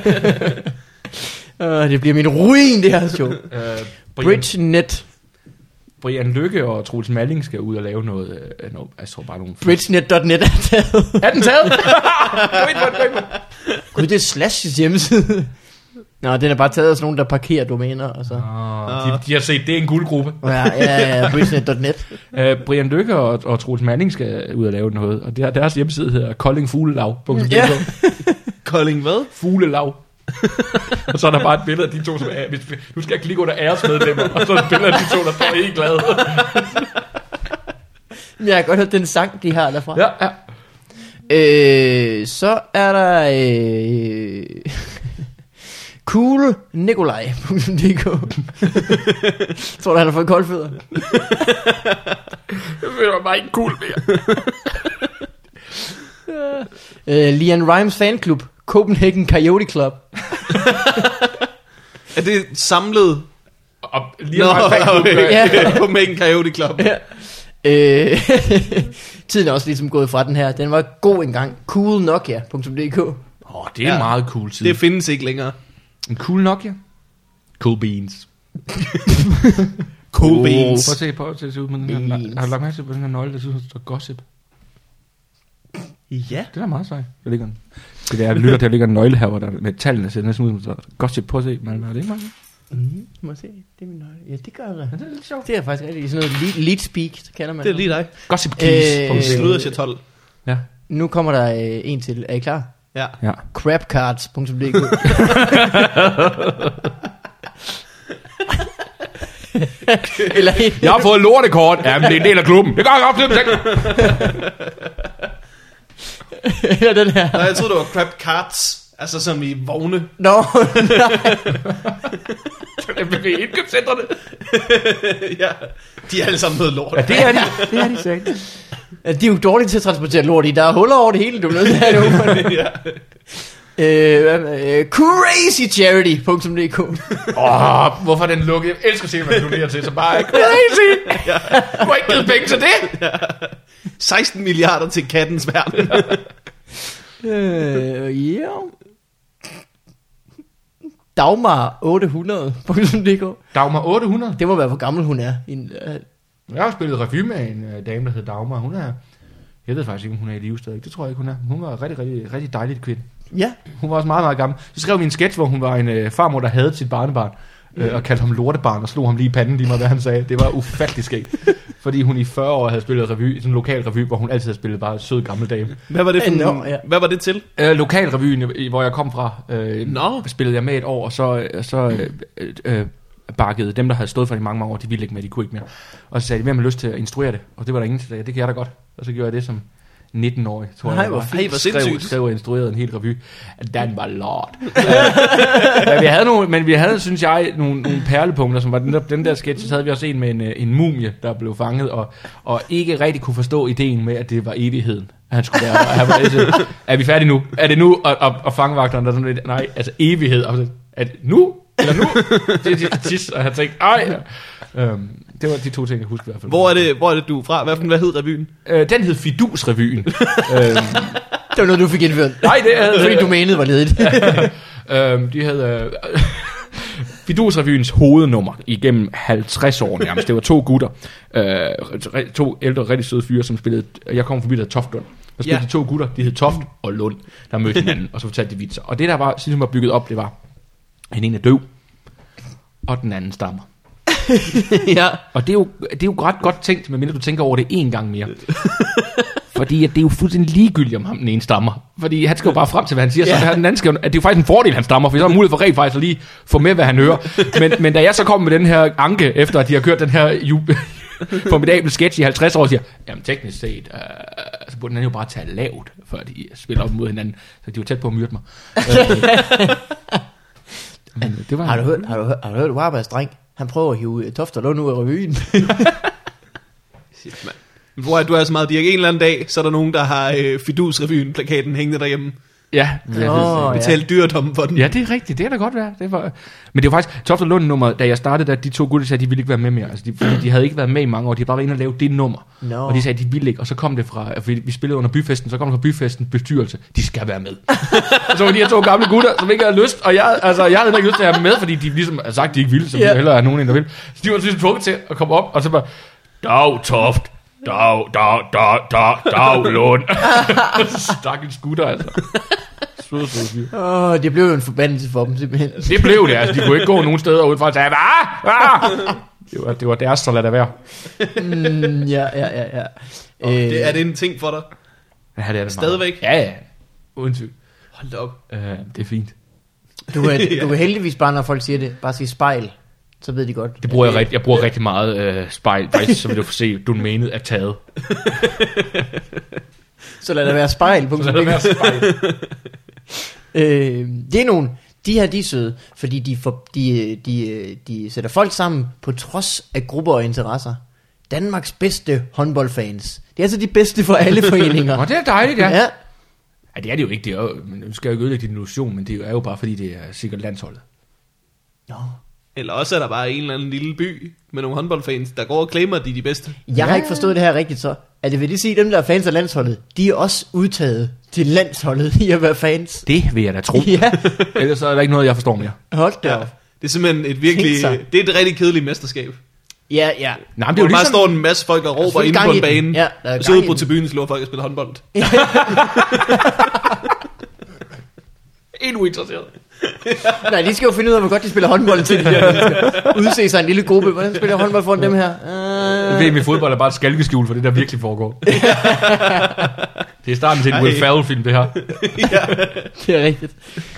uh, det bliver min ruin, det her show.
Uh, Brian,
Bridgenet,
Brian Lykke og Troels Malling skal ud og lave noget, uh, noget jeg tror bare nogle...
bridgenet punktum net er taget.
Er den taget? Gå ind på den, gå ind på den.
Gud, det er Slash's hjemmeside. Nå, den er bare taget af sådan nogen, der parkerer domæner, og så...
Oh, de, de har set, det er en guldgruppe.
Ja, ja, ja, bridgenet punktum net.
Uh, Brian Lykke og, og Troels Malling skal ud og lave noget, og der, deres hjemmeside hedder koldingfuglelag punktum d k.
Ja.
Kolding hvad?
Fuglelag. Og så er der bare et billede af de to, som er... Hvis, du skal klikke under æresmedlemmer, og så er der et billede af de to, der står helt glade.
Jeg har godt hørt den sang, de har derfra.
Ja, ja.
Øh, så er der øh, Cool Nikolaj punktum d k. Tror du, han har fået koldfødder?
Jeg føler mig ikke cool mere.
uh, Lian Rimes Fanklub, Copenhagen Coyote Club.
Er det samlet?
Og lige
Nå,
no,
okay.
Ja.
På Copenhagen Coyote Club.
Ja. Øh, tiden er også ligesom gået fra den her. Den var god engang. Cool Nokia punktum d k.
Åh, oh, det er
Ja.
ja. meget cool tid.
Det findes ikke længere.
En cool Nokia. Cool beans.
Cool
Oh,
beans.
Prøv at se, prøv at se, det ser ud med den her.
Beans.
Har du lagt mærke til på den her nøgle, der synes, der står gossip?
Ja.
Det er meget sejt. Der ligger en. Det der, lytter, der ligger en nøgle her, hvor der med tallene ser næsten ud som gossip. Prøv at se, man, er det ikke meget?
Mm, må se. Det er min nøgle. Ja, det gør det.
Ja, det er lidt sjovt.
Det er faktisk rigtigt. Sådan noget lead, lead speak, så kalder man
Det er lige dig.
Gossip keys.
Øh,
Øh,
Sluder chatol.
ja.
Nu kommer der øh, en til. Er I klar?
Ja.
Ja.
crapcards punktum d k. Eller en,
Jeg har fået lortekort. Jamen, det er en del af klubben. Det gør jeg op til selv.
eller den her.
Nej, jeg troede, det var crap carts. Altså som i vogne.
Nå,
Det er indkøbscentrene.
Ja. De er alle sammen noget lort.
Ja, det er de. Det er de sagt.
ja, de er jo dårlige til at transportere lort i. Der er huller over det hele, du er nødt til at have det.
Ja.
Øh, øh, crazycharity punktum d k.
Åh, oh, hvorfor er den lukket? Jeg elsker at se, hvad du donerer til, så bare er crazy. Du har ikke givet penge til det.
seksten milliarder til kattens verden.
Øh, ja. Dagmar otte hundrede punktum d k.
Dagmar otte hundrede.
Det må være, hvor gammel hun er. En, øh,
Jeg har spillet revy med en uh, dame, der hedder Dagmar. Hun er... Jeg ved faktisk ikke, om hun er i live stadig. Det tror jeg ikke, hun er. Hun var rigtig, rigtig, rigtig dejligt kvinde.
ja.
Hun var også meget, meget gammel. Så skrev vi en sketch, hvor hun var en øh, farmor, der havde sit barnebarn. Øh, og kaldte ham lortebarn og slog ham lige i panden, lige meget hvad han sagde. Det var ufattelig skægt. Fordi hun i fyrre år havde spillet revy, sådan en lokal revy, hvor hun altid havde spillet bare sød gammel dame.
Hvad var det for
Nå,
en,
ja.
Hvad var det til?
Øh, lokalrevyen, i- hvor jeg kom fra, øh,
Nå.
spillede jeg med et år, og så, øh, så øh, øh, bakkede dem, der havde stået for det i mange, mange år, de ville ikke med, de kunne ikke mere. Og så sagde de, hvem har lyst til at instruere det? Og det var der ingen, der sagde, det kan jeg da godt. Og så gjorde jeg det som nitten-årig, tror
Nej,
jeg.
hvor
det var.
fint.
Ej, hvor
skrev,
sindssygt.
skrev og instruerede en hel revy. Den var lort. men, vi havde nogle, men vi havde, synes jeg, nogle, nogle perlepunkter, som var den der, den der sketch. Så havde vi også en med en, øh, en mumie, der blev fanget, og, og ikke rigtig kunne forstå ideen med, at det var evigheden. Han skulle være, han var altså, er vi færdige nu? Er det nu? Og, og, og fangevagteren der sådan lidt, nej, altså evighed. Og så, er det nu? Eller nu? Det er til sidst, og han tænkte, ej. Øhm, det var de to ting, jeg husker i hvert fald.
Hvor er det, hvor er det du er fra? Hvad, hvad hed revyen?
Øh, den hed Fidus-revyen. øhm,
Det var noget, du fik indført.
nej, det er...
Fordi domænet var ledigt.
øhm, de havde... Øh, Fidus-revyens hovednummer igennem halvtreds år nærmest. Det var to gutter. Øh, to ældre, rigtig søde fyre, som spillede... Jeg kom forbi der Toftlund. Der spillede
Ja.
de to gutter. De hed Toft og Lund. Der mødte hinanden, og så fortalte de vitser. Og det, der var, ligesom var bygget op, det var... Den ene er døv, og den anden stammer.
ja.
Og det er jo, det er jo ret godt tænkt, medmindre du tænker over det en gang mere. Fordi at det er jo fuldstændig ligegyldigt, om ham den ene stammer. Fordi han skal jo bare frem til, hvad han siger. Så
Ja.
den anden skal jo, at det er jo faktisk en fordel, han stammer, for så er der mulighed for rent faktisk at lige få med, hvad han hører. Men, men da jeg så kom med den her anke, efter at de har kørt den her ju- formidable sketch i halvtreds år, og siger, jamen teknisk set, øh, så burde den anden jo bare tage lavt, før de spiller op mod hinanden. Så de var tæt på at myrde mig. Øh, men det var
Har du hørt, har du hørt, har du hørt Warbergs dreng? Han prøver at hive Toft og Lund ud af revyen.
Shit, mand. Hvor er du er så meget dirk. En eller anden dag, så er der nogen, der har øh, Fidus-revyen, plakaten hængende derhjemme.
ja, ja,
Åh,
Betalt dyrdom for den.
ja, det er rigtigt. Det er da godt være. Det var... Men det var faktisk Toft og Lund nummer, da jeg startede, at de to gutter sagde, at de ville ikke være med mere. Altså, de, fordi de havde ikke været med i mange år. De havde bare været inde og lave det nummer.
Nå.
Og de sagde, at de ville ikke. Og så kom det fra, fordi vi spillede under byfesten, så kom der fra byfesten bestyrelse. De skal være med. Og så var de her to gamle gutter, som ikke havde lyst. Og jeg, altså, jeg havde ikke lyst til at have dem med, fordi de ligesom havde sagt, at de ikke ville. Så
Ja.
yeah. hellere have nogen, end der ville. Så de var ligesom tvunget til at komme op, og så bare, dag Toft. Dag, dag, dag, dag, dag, Lund. Stakkels gutter, altså. Søde, søde fyr.
Åh, det blev jo en forbandelse for dem, simpelthen.
Det blev det, altså. De kunne ikke gå nogen steder ud fra at sige, ah, ah! Det var, det var deres, så lad det være.
Mm, ja, ja, ja, ja.
Og det, er det en ting for dig?
Ja, det er det
Stadigvæk?
Meget. Ja, ja. Uden tvivl.
Hold da op.
Uh, det er fint.
Du kan, du kan heldigvis bare, når folk siger det, bare sige spejl. Så ved de godt.
Det bruger jeg, rigtig, jeg bruger rigtig meget uh, spejl. Faktisk, så vil du få se, du menet er taget.
Så lad det være spejl.
Så lad det være spejl.
Øh, det er nogle, De her, de er søde, fordi de, for, de, de, de sætter folk sammen på trods af grupper og interesser. Danmarks bedste håndboldfans. Det er altså de bedste for alle foreninger.
Og det er dejligt, ja.
Ja.
Ja, det er det jo ikke. Det er jo, men nu skal jeg jo ikke ødelægge din illusion, men det er jo bare fordi, det er sikkert landsholdet.
Nå.
Eller også er der bare en eller anden lille by med nogle håndboldfans, der går og claimer, at de er de bedste.
Jeg har ikke forstået det her rigtigt så. Er det vil det sige, at dem der er fans af landsholdet, de er også udtaget til landsholdet i at være fans?
Det vil jeg da tro.
Ja.
Ellers så er der ikke noget, jeg forstår mere.
Hold da
Ja.
op.
Det er simpelthen et virkelig,
Tænk sig.
det er et rigtig kedeligt mesterskab.
Ja, ja.
Nej, men
Det
det er jo
bare
ligesom...
står en masse folk og råber
selvfølgelig
inde
gang
på
i
en
den.
bane.
Ja, der er
og så
gang
ude
i
på
den.
tribunen slår folk og spiller håndbold.
Endnu interesseret.
Nej, de skal jo finde ud af, hvor godt de spiller håndbold til de der mennesker. Udse sig en lille gruppe. Hvordan spiller jeg håndbold foran dem her? Uh...
V M i fodbold er bare et skalkeskjul for det, der virkelig foregår. Det er starten til en
Ej.
Will Ferrell-film, det her.
Det er rigtigt.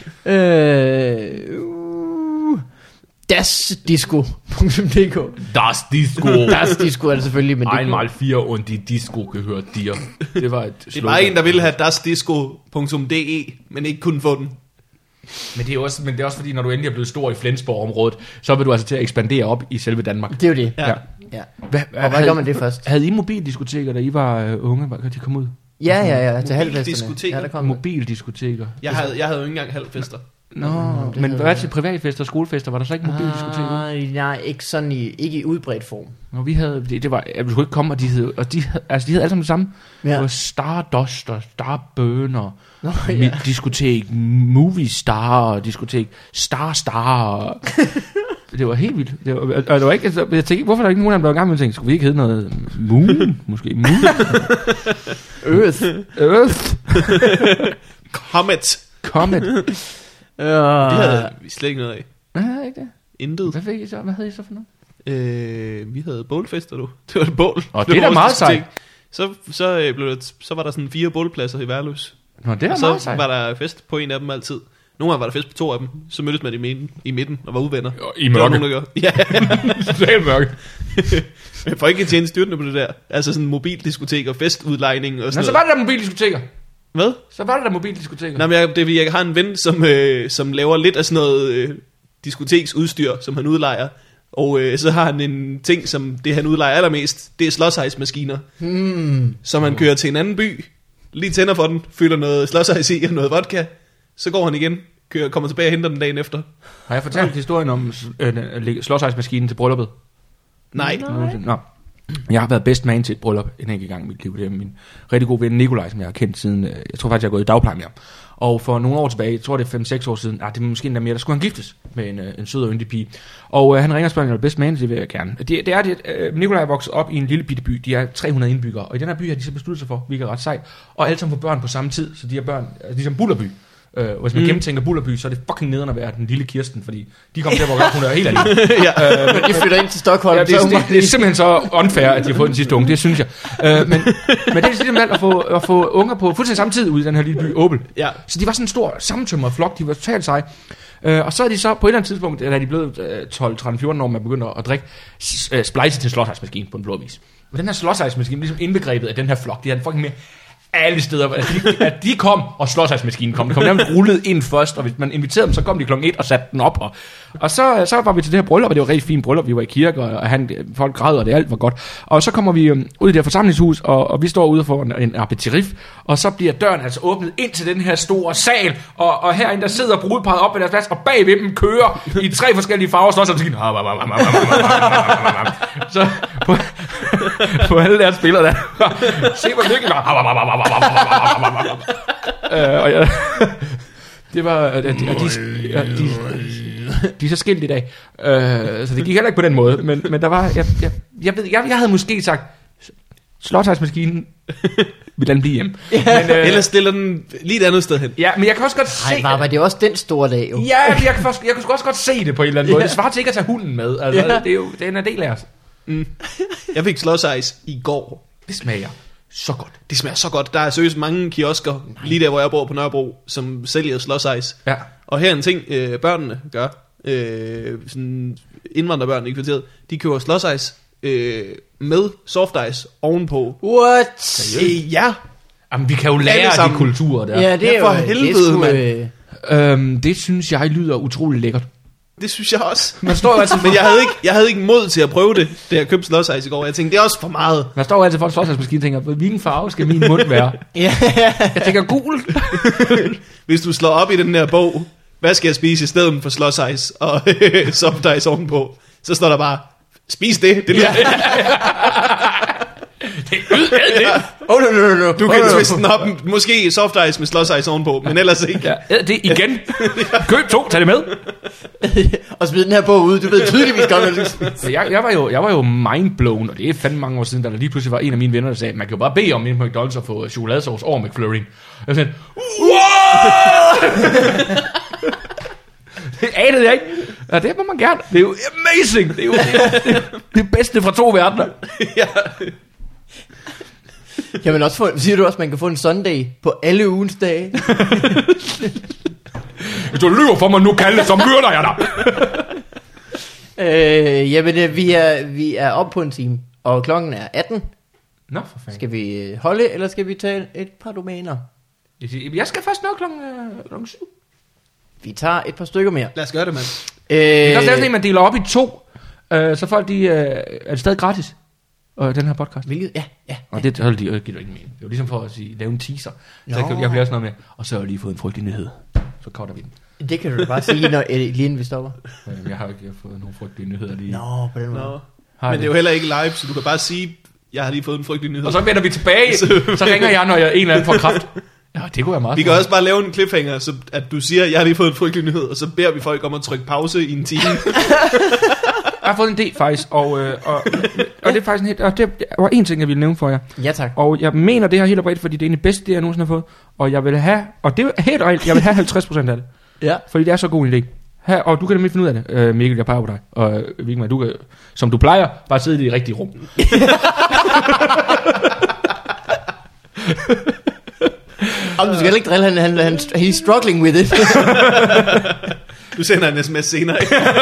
Øh... Uh... dasdisco punktum d k
Das Disco.
Dasdisco er det selvfølgelig, men det
Einmal vier und die Disco gehört dir. Det var et
Det var en, der ville have dasdisco punktum d e, men ikke kunne få den.
Men det er også, men det er også fordi, når du endelig er blevet stor i Flensborg-området, så vil du altså til at ekspandere op i selve Danmark.
det er jo det.
Ja.
Ja.
Ja.
Hvad,
Og hvad gør man det først?
Havde I mobildiskoteker, da I var øh, unge? Hvad kan de komme ud?
Ja, ja, ja, til halvfesterne.
Mobildiskoteker?
Ja, der kom
Mobildiskoteker.
Jeg havde, jeg havde jo ikke engang halvfester.
Nå,
det
men
havde
hvad
jeg.
til privatfester og skolefester? Var der så ikke mobildiskoteker?
Ah, nej, ikke sådan i, ikke i udbredt form.
Nå, vi havde, det, det var, jeg skulle ikke komme, og de hed, og de, hed- altså de hed alle sammen det samme.
Ja.
Det var Stardust og Starbøner,
Nå,
ja.
ja.
Diskotek, Movie Star, diskotek, Star Star. Det var helt vildt. Det var, og det var ikke, altså, jeg tænkte, hvorfor er der ikke nogen, der blev i gang med at tænke, skulle vi ikke hedde noget Moon? Måske Moon?
Earth.
Earth?
Comet.
Comet?
Uh,
Det havde vi slet ikke noget af.
Nej, ikke det.
Intet.
Hvad fik I så? Hvad havde I så for noget?
Øh, vi havde bålfester, du. Det var et bål.
Og
Det
det er
var
da
vores
meget
diskotek.
sejt.
Så, så, øh, blev det, så var der sådan fire bålpladser i Værløs.
Nå, det er
Og
meget
så
sejt.
var der fest på en af dem altid. Nogle gange var der fest på to af dem. Så mødtes man i midten, i midten og var uvenner.
I
Det var
mørke.
nogen, der gjorde. Ja,
Totalt mørke.
men folk kan tjene styrtende på det der. Altså sådan mobildiskotek og festudlejning og
Nå,
sådan
så
noget.
var det der mobildiskoteker.
Hvad?
Så var det der mobildiskoteker.
Nej, men jeg, det er, fordi jeg har en ven, som, øh, som laver lidt af sådan noget øh, diskoteksudstyr, som han udlejer. Og øh, så har han en ting, som det han udlejer allermest, det er slåsejsmaskiner.
hmm.
Som han kører til en anden by, lige tænder for den, fylder noget slåsejs i og noget vodka. Så går han igen, kører, kommer tilbage og henter den dagen efter.
Har jeg fortalt historien om øh, slåsejsmaskinen til brylluppet?
Nej.
Nå. Jeg har været best man til et bryllup en enkelt gang i mit liv. Det er min rigtig gode ven Nikolaj, som jeg har kendt siden, øh, jeg tror faktisk, jeg har gået i dagpleje med ham. Og for nogle år tilbage, jeg tror det er fem seks år siden, ah, det er måske endda mere, der skulle han giftes med en, øh, en sød og yndig pige. Og øh, han ringer og spørger, om jeg er best man, det vil jeg gerne. Det, det er det, øh, Nikolaj er vokset op i en lille bitte by, de er tre hundrede indbyggere, og i den her by har de så besluttet sig for, hvilket er ret sejt, og alle sammen får børn på samme tid, så de har børn, altså ligesom Bullerby. Øh, og hvis man mm. gennemtænker Bullerby, så er det fucking nederen at være den lille Kirsten, fordi de kommer til at vokse op, hun er helt alene.
Ja.
Men de flytter ind til Stockholm.
Ja, det,
så
er,
er hun
det, det er simpelthen så unfair, at de har fået den sidste unge, det synes jeg. Øh, men, men det er simpelthen valgt at få, at få unger på fuldstændig samme tid ude i den her lille by, Åbel.
Ja.
Så de var sådan en stor sammentømret flok, de var totalt seje. Øh, og så er de så på et eller andet tidspunkt, da de er blevet øh, tolv, tretten, fjorten år, man begynder at drikke, s- øh, splice til en slåsejsmaskine på en blå vis. Og den her slåsejsmaskine, ligesom indbegrebet af den her flok, de havde fucking med alle steder, at de, at de kom, og slåsejsmaskinen kom. De kom nærmest rullet ind først, og hvis man inviterede dem, så kom de klokken et og satte den op. Og, og så, så var vi til det her bryllup, og det var et rigtig fint bryllup. Vi var i kirke, og han, folk græd, og det alt var godt. Og så kommer vi um, ud i det her forsamlingshus, og, og vi står ude for en, en aperitif, og så bliver døren altså åbnet ind til den her store sal, og, og herinde der sidder brudeparret op ved deres plads, og bagved dem kører i tre forskellige farver, slåsejsmaskinen. Så på, på alle deres spillere der, se hvor lykken var. Øh, og jeg, det var og de, og de, ja, de, de er så skilt i dag, øh, så det gik heller ikke på den måde, men, men der var jeg, jeg, jeg, ved, jeg, jeg havde måske sagt slåsejsmaskinen vil den blive hjemme, men, øh,
Ellers stiller den lige et andet sted hen.
ja, men jeg kan også godt se
Ej, var, var det også den store dag, jo?
ja, jeg kan, faktisk, jeg kan også godt se det på en eller anden måde.
Ja.
Det svarer til ikke at tage hunden med, altså,
Ja.
det er jo det er en del af os.
Jeg fik slåsejs i går.
Det smager så godt.
Det smager så godt. Der er seriøst mange kiosker, lige der hvor jeg bor på Nørrebro, som sælger slåsejs.
Ja.
Og her er en ting, øh, børnene gør. Øh, sådan indvandrerbørn i kvarteret. De køber slåsejs øh, med soft ice ovenpå.
What?
Øh, ja.
Jamen, vi kan jo
Alle
lære af de
sammen.
kulturer der.
Ja, det er
Ja,
jo
for
det er
helvede,
sgu,
mand.
øh,
Øhm, det synes jeg lyder utrolig lækkert.
Det synes jeg også.
Man står jo altid for,
Men jeg havde ikke, jeg havde ikke mod til at prøve det, da jeg købte Slush Ice i går. Jeg tænkte, det er også for meget.
man står jo altid for en slåshalsmaskine og tænker, hvilken farve skal min mund være?
Ja.
Jeg tænker gul.
Hvis du slår op i den her bog, hvad skal jeg spise i stedet for Slush Ice og soft ice ovenpå, så står der bare, spis det. Det lyder
Det er ud af det.
Oh, no, no, no, no.
Du kan
oh, no.
twiste den op, måske soft ice med Slush Ice ovenpå, men ellers ikke.
Ja, æd det igen. Køb to, tag det med.
Og smid den her bog ud. Du ved tydeligvis godt, hvad du skal spise.
Så jeg, jeg, var jo, jeg var jo mindblown, og det er fandme mange år siden, da der lige pludselig var en af mine venner, der sagde, man kan jo bare bede om inde på McDonald's at få chokoladesauce over McFlurry. Jeg sagde, wow! Det anede jeg ikke. Ja, det må man gerne. Det er jo amazing. Det er jo det, det, det bedste fra to verdener.
Ja.
Kan man også få, siger du også, man kan få en Sunday på alle ugens dage?
Hvis du lyver for mig nu, Kalle, så myrder jeg dig.
øh, jamen, øh, vi er, vi er oppe på en time, og klokken er atten.
Nå, for fanden.
Skal vi øh, holde, eller skal vi tage et par domæner?
Jeg skal først nå klokken, øh, klokken syv.
Vi tager et par stykker mere.
Lad os gøre det, mand.
Øh,
Det er også sådan en, man deler op i to, øh, så folk de, øh, er det stadig gratis, og den her podcast.
Hvilket? Ja, ja.
Og det holder de jo ikke mening. Det er jo ligesom for at sige, lave en teaser. Så jeg, kan, jeg bliver også noget med, og så har jeg lige fået en frygtelig nyhed. Så cutter vi den.
Det kan du bare sige, når, øh, lige inden vi stopper.
Øh, Jeg har jo ikke fået nogen frygtelige nyheder lige.
Nå, på den måde.
Nå.
Har
Men det er jo heller ikke live, så du kan bare sige, jeg har lige fået en frygtelig nyhed.
Og så vender vi tilbage, så ringer jeg, når jeg en eller anden får kraft. Ja, det kunne være meget.
Vi kan også bare lave en cliffhanger, så at du siger, jeg har lige fået en frygtelig nyhed, og så beder vi folk om at trykke pause i en time.
Jeg har fået en idé faktisk, og, øh, og, og det er faktisk en helt, og det var en ting, jeg ville nævne for jer.
Ja, tak.
Og jeg mener det her helt oprigtigt, fordi det er det bedste, det jeg nogensinde har fået. Og jeg vil have, og det er helt reelt, jeg vil have halvtreds procent af det.
Ja.
Fordi det er så god en idé. Her, og du kan nemlig finde ud af det, øh, Mikkel, jeg peger på dig. Og øh, Vigman, du kan, som du plejer, bare sidde i det rigtige rum.
Og du skal heller ikke drille, han, han, han, he's struggling with it.
Du sender en sms senere.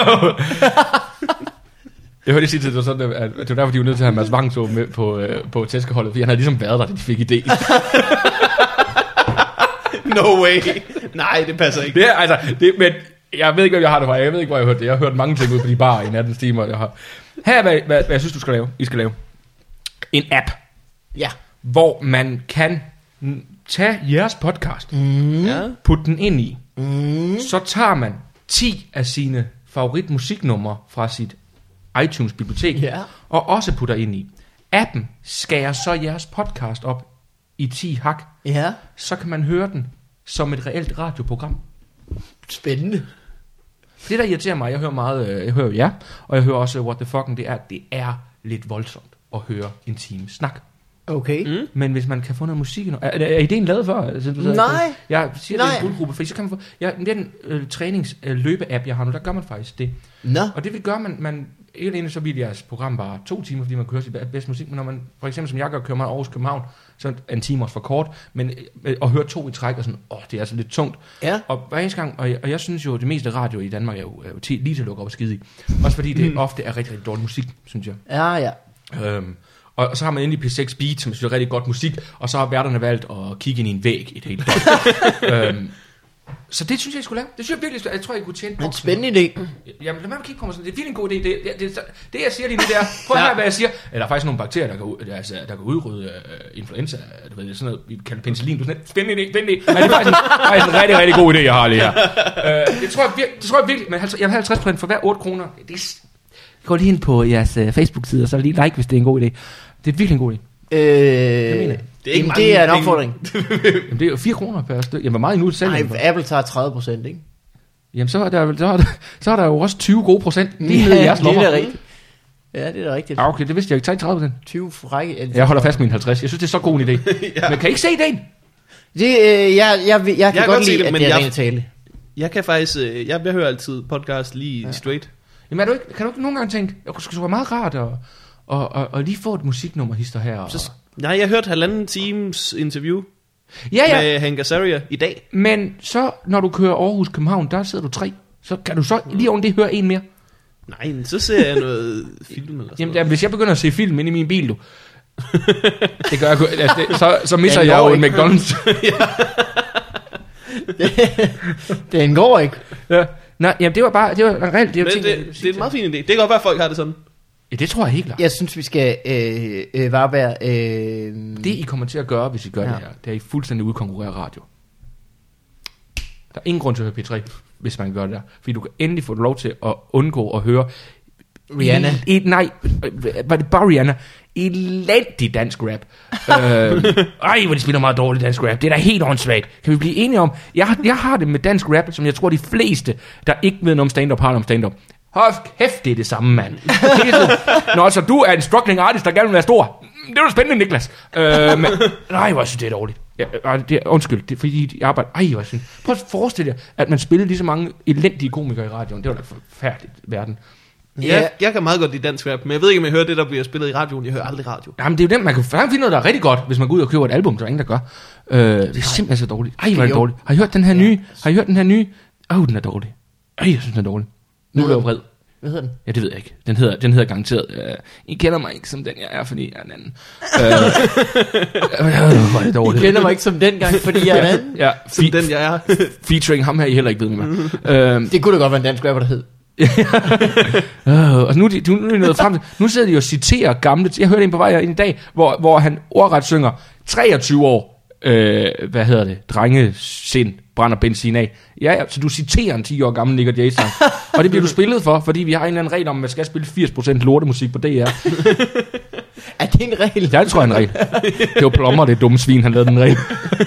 Jeg hørte sige til det sådan, at det var derfor, de var nødt til at have Mads Vangså med på, øh, på tæskeholdet, fordi han havde ligesom været der, da de fik idé.
No way. Nej, det passer ikke.
Det er altså, det, men jeg ved ikke, hvad jeg har det fra. Jeg ved ikke, hvor jeg har hørt det. Jeg har hørt mange ting ud på de barer i nattens timer. Jeg har. Her er, hvad, hvad, hvad jeg synes, du skal lave. I skal lave en app,
Ja.
hvor man kan tage jeres podcast,
Mm.
Ja.
putte den ind i.
Mm.
Så tager man ti af sine favoritmusiknumre fra sit iTunes-bibliotek,
Ja.
og også putter ind i. Appen skærer så jeres podcast op i ti hak.
Ja.
Så kan man høre den som et reelt radioprogram.
Spændende.
Det, der irriterer mig, jeg hører meget, øh, jeg hører jo jer, og jeg hører også What the Fucking, det er, det er lidt voldsomt at høre en time snak.
Okay.
Mm.
Men hvis man kan få noget musik, er, er, er ideen lavet før? Altså, du ved,
Nej.
Jeg siger, det er
Nej.
en guldgruppe, for så kan man få, ja, den øh, trænings øh, løbe-app, jeg har nu, der gør man faktisk det.
Nå.
Og det vil gøre, man, man ikke alene så vil jeres program bare to timer, fordi man kører sit bedste musik, men når man, for eksempel som jeg gør, kører meget Aarhus København, så er en time også for kort, men øh, at høre to i træk, og sådan, åh, det er altså lidt tungt.
Ja.
Og hver eneste gang, og jeg, og jeg synes jo, det meste radio i Danmark er jo, er jo til, lige til at lukke op og skide i. Også fordi det ofte er rigtig, rigtig dårlig musik, synes jeg.
Ja, ja.
Øhm, og, og så har man endelig P seks Beat, som synes er rigtig godt musik, og så har værterne valgt at kigge ind i en væg et helt døgn. øhm, så det synes jeg, jeg skulle lave. Det synes jeg virkelig, jeg tror, jeg kunne tjene
En
boksen.
spændende idé.
Jamen lad mig kigge på mig sådan. Det er virkelig en god idé. Det, det, det, det jeg siger lige nu, det er, prøv at høre, hvad jeg siger. Ja, der er faktisk nogle bakterier, der kan, ud, der, altså, der kan udrydde uh, influenza. Du ved, sådan noget, vi kalder penicillin. Du er sådan, spændende idé, spændende idé. Men det er faktisk en, faktisk en rigtig, rigtig god idé, jeg har lige her. Uh, det, tror jeg, vir- det tror jeg virkelig, men jeg vil have halvtreds procent for hver otte kroner. Det er, gå lige ind på jeres uh, Facebook-side, og så lige like, hvis det er en god idé. Det er virkelig en god idé.
Øh,
mener jeg.
Det er ikke
jamen,
mange
det er en
penge.
opfordring.
Jamen, det er jo fire kroner per stykke. Jamen, hvor meget I nu selv?
Nej, Apple tager tredive procent, ikke?
Jamen, så er, der, så, er der, så er der jo også tyve gode procent lige nede i jeres
det er
lommer.
da rigtigt. Ja, det er da rigtigt.
Ja, okay, det vidste jeg ikke. Tag tredive procent.
tyve frække. Ja, det-
Jeg holder fast med min halvtreds. Jeg synes, det er så god en idé.
Ja.
Men kan I ikke se idéen?
Det, øh, jeg, jeg, jeg, jeg kan
kan
godt
godt se
lide,
det,
at
men
det er
jeg-
rent tale.
Jeg kan faktisk, øh, jeg, jeg hører altid podcast lige ja. straight.
Jamen, er du ikke, kan du ikke nogle gange tænke, det skulle være meget rart at, og, og, og lige få et musiknummer hister her. Og,
Så, nej, jeg hørte halvanden times interview
ja, ja.
med Hank Azaria i dag.
Men så, når du kører Aarhus København, der sidder du tre. Så kan du så lige oven det høre en mere.
Nej, men så ser jeg noget film eller sådan
Jamen,
noget.
jamen, hvis jeg begynder at se film inde i min bil, du. Det gør jeg, altså, det, så, så misser
Ja,
jeg
jo,
jo en
ikke?
McDonald's.
Den går ikke.
Ja. Nej, jamen det var bare, det var reelt. Det, var
Men
ting,
det, det er en meget fin idé. Det kan godt være, at folk har det sådan.
ja, det tror jeg helt klart.
Jeg synes, vi skal øh, øh, Varberg... Øh,
Det I kommer til at gøre, hvis I gør ja. det her, det er I fuldstændig udkonkurrere radio. Der er ingen grund til at høre P tre, hvis man gør det der. Fordi du kan endelig få lov til at undgå at høre
Rihanna.
I, i, nej, var det bare Rihanna? Elendig dansk rap. øh, ej, hvor de spiller meget dårligt dansk rap. Det er da helt åndssvagt. Kan vi blive enige om? Jeg, har- jeg har det med dansk rap, som jeg tror de fleste, der ikke ved noget om stand-up, har noget om stand-up. Hold kæft, det er det samme, mand. Nå, altså, du er en struggling artist, der gerne vil være stor. Det er jo spændende, Niklas. Øh, men, nej, hvor jeg synes, det er dårligt. Ja, det er, undskyld, det er fordi, de arbejder... Ej, hvor jeg synes. Prøv at forestille jer, at man spillede lige så mange elendige komikere i radioen. Det var da forfærdeligt verden.
Ja. Jeg, jeg kan meget godt lide dansk rap, men jeg ved ikke, om jeg hører det, der bliver spillet i radioen. Jeg hører aldrig radio.
Jamen, det er jo den, man kan finde noget, der er rigtig godt, hvis man går ud og køber et album, der er ingen, der gør. Øh, det er simpelthen så dårligt. Ej, hvor er det dårligt. Har I hørt den her nye? Har I hørt den her nye? Åh, oh, den er dårlig. Ej, jeg synes, den er dårlig. Nu er jeg vred.
Hvad hedder den?
Ja, det ved jeg ikke. Den hedder, den hedder garanteret, øh, I kender mig ikke som den, jeg er, fordi jeg er en anden. Øh, øh, hvor er det
I
dårligt.
kender mig ikke som dengang, fordi jeg er en anden.
Ja,
Som
fe-
den, jeg er.
featuring ham her, I heller ikke ved med mig. øh,
Det kunne da godt være en dansk rapper, der hed.
øh, og nu er, de, nu er de nået frem til, nu sidder de og citerer gamle, jeg hørte en på vej ind i dag, hvor, hvor han ordret synger, treogtyve år, øh, hvad hedder det, drengesind, brænder benzin af. Ja, ja, så du citerer en ti år gammel Nick og Jay-sang. Og det bliver du spillet for, fordi vi har en eller anden regel om, at man skal spille firs procent lortemusik på D R.
Er det en regel?
Ja, det tror jeg er en regel. Det var Plummer, det dumme svin, han lavede den regel.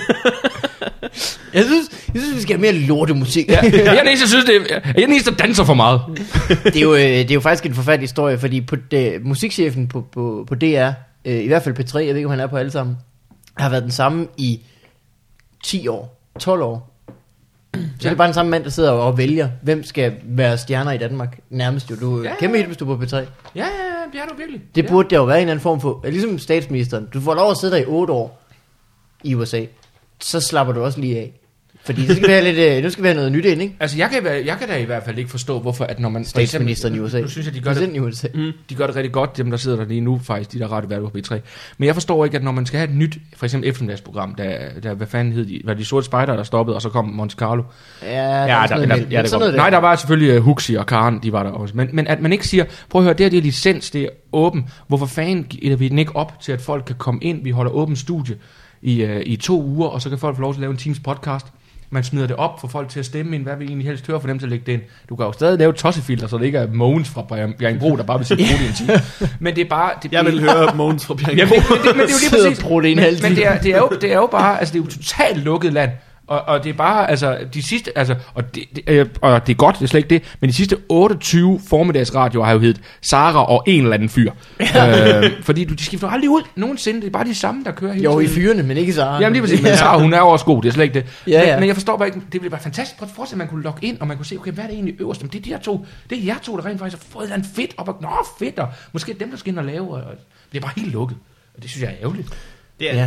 Jeg synes, jeg synes vi skal have mere lortemusik.
Ja, jeg er den eneste, jeg synes, det er, jeg er den eneste, der danser for meget.
det, er jo, øh, det er jo faktisk en forfærdelig historie, fordi på det, musikchefen på, på, på D R, øh, i hvert fald P tre, jeg ved ikke, om han er på alle sammen, har været den samme i ti år, tolv år. Så ja. Det er bare den samme mand, der sidder og vælger, hvem skal være stjerner i Danmark. Nærmest jo, du er
Ja, ja.
kæmpe hit, hvis du er på P tre.
Ja, ja, ja, det er du virkelig.
Det
ja.
burde der jo være en eller anden form for, ligesom statsministeren. Du får lov at sidde der i otte år i U S A, så slapper du også lige af. Fordi nu skal vi have, lidt, øh, nu skal vi have noget nyt ind, ikke?
Altså, jeg kan, være- jeg kan da i hvert fald ikke forstå, hvorfor at når man... for
Statsministeren i U S A.
Nu synes jeg, de gør det,
Præsidenten i U S A.
mm, de gør det rigtig godt, dem der sidder der lige nu, faktisk, de der radioværter på P tre. Men jeg forstår ikke, at når man skal have et nyt, for eksempel eftermiddagsprogram, der, der hvad fanden hed de, var de sorte spejder, der stoppede, og så kom Monte Carlo.
Ja, der, er
Ja,
sådan
der,
noget
der,
imellem.
ja, der,
Sådan
der
noget
Nej, der var selvfølgelig uh, Huxi og Karen, de var der også. Men, men at man ikke siger, prøv at høre, det her det er licens, det er åben. Hvorfor fanden giver vi den ikke op til, at folk kan komme ind? Vi holder åben studie i, uh, i to uger, og så kan folk få lov til at lave en Teams podcast. Man smider det op for folk til at stemme ind, hvad vi egentlig helst hører for dem til at lægge det ind. Du kan jo stadig lave tossefilter, så det ikke er Mogens fra Bjerringbro, der bare vil sætte bruge det i en time. Men det er bare... Det,
Jeg vil høre Mogens fra
Ja,
Bjerringbro.
men, det, men det er jo lige
Sidder
præcis.
og bruger det i en
men,
halv time.
men det, er, det, er jo, det er jo bare, altså det er jo totalt lukket land. Og, og det er bare, altså de sidste, altså, og det, det, øh, og det er godt, det er slet ikke det, men de sidste otteogtyve formiddagsradioer har jo heddet Sara og en eller anden fyr. øh, fordi du, de skifter aldrig ud nogensinde, det er bare de samme, der kører hele
Jo, i
tiden.
fyrene, men ikke i Sara.
Jamen lige præcis, men Sara, hun er jo også god, det er slet ikke det.
Ja, ja.
Men, men jeg forstår bare ikke, det bliver bare fantastisk. Prøv at forestille, at man kunne logge ind, og man kunne se, okay, hvad er det egentlig øverst? Men det er de her to, det er jer to, der rent faktisk har fået et eller andet fedt op, og nå, fedt, og måske dem, der skal ind og lave, og det er bare helt lukket. Og det synes jeg er ærgerligt.
Det er
Ja.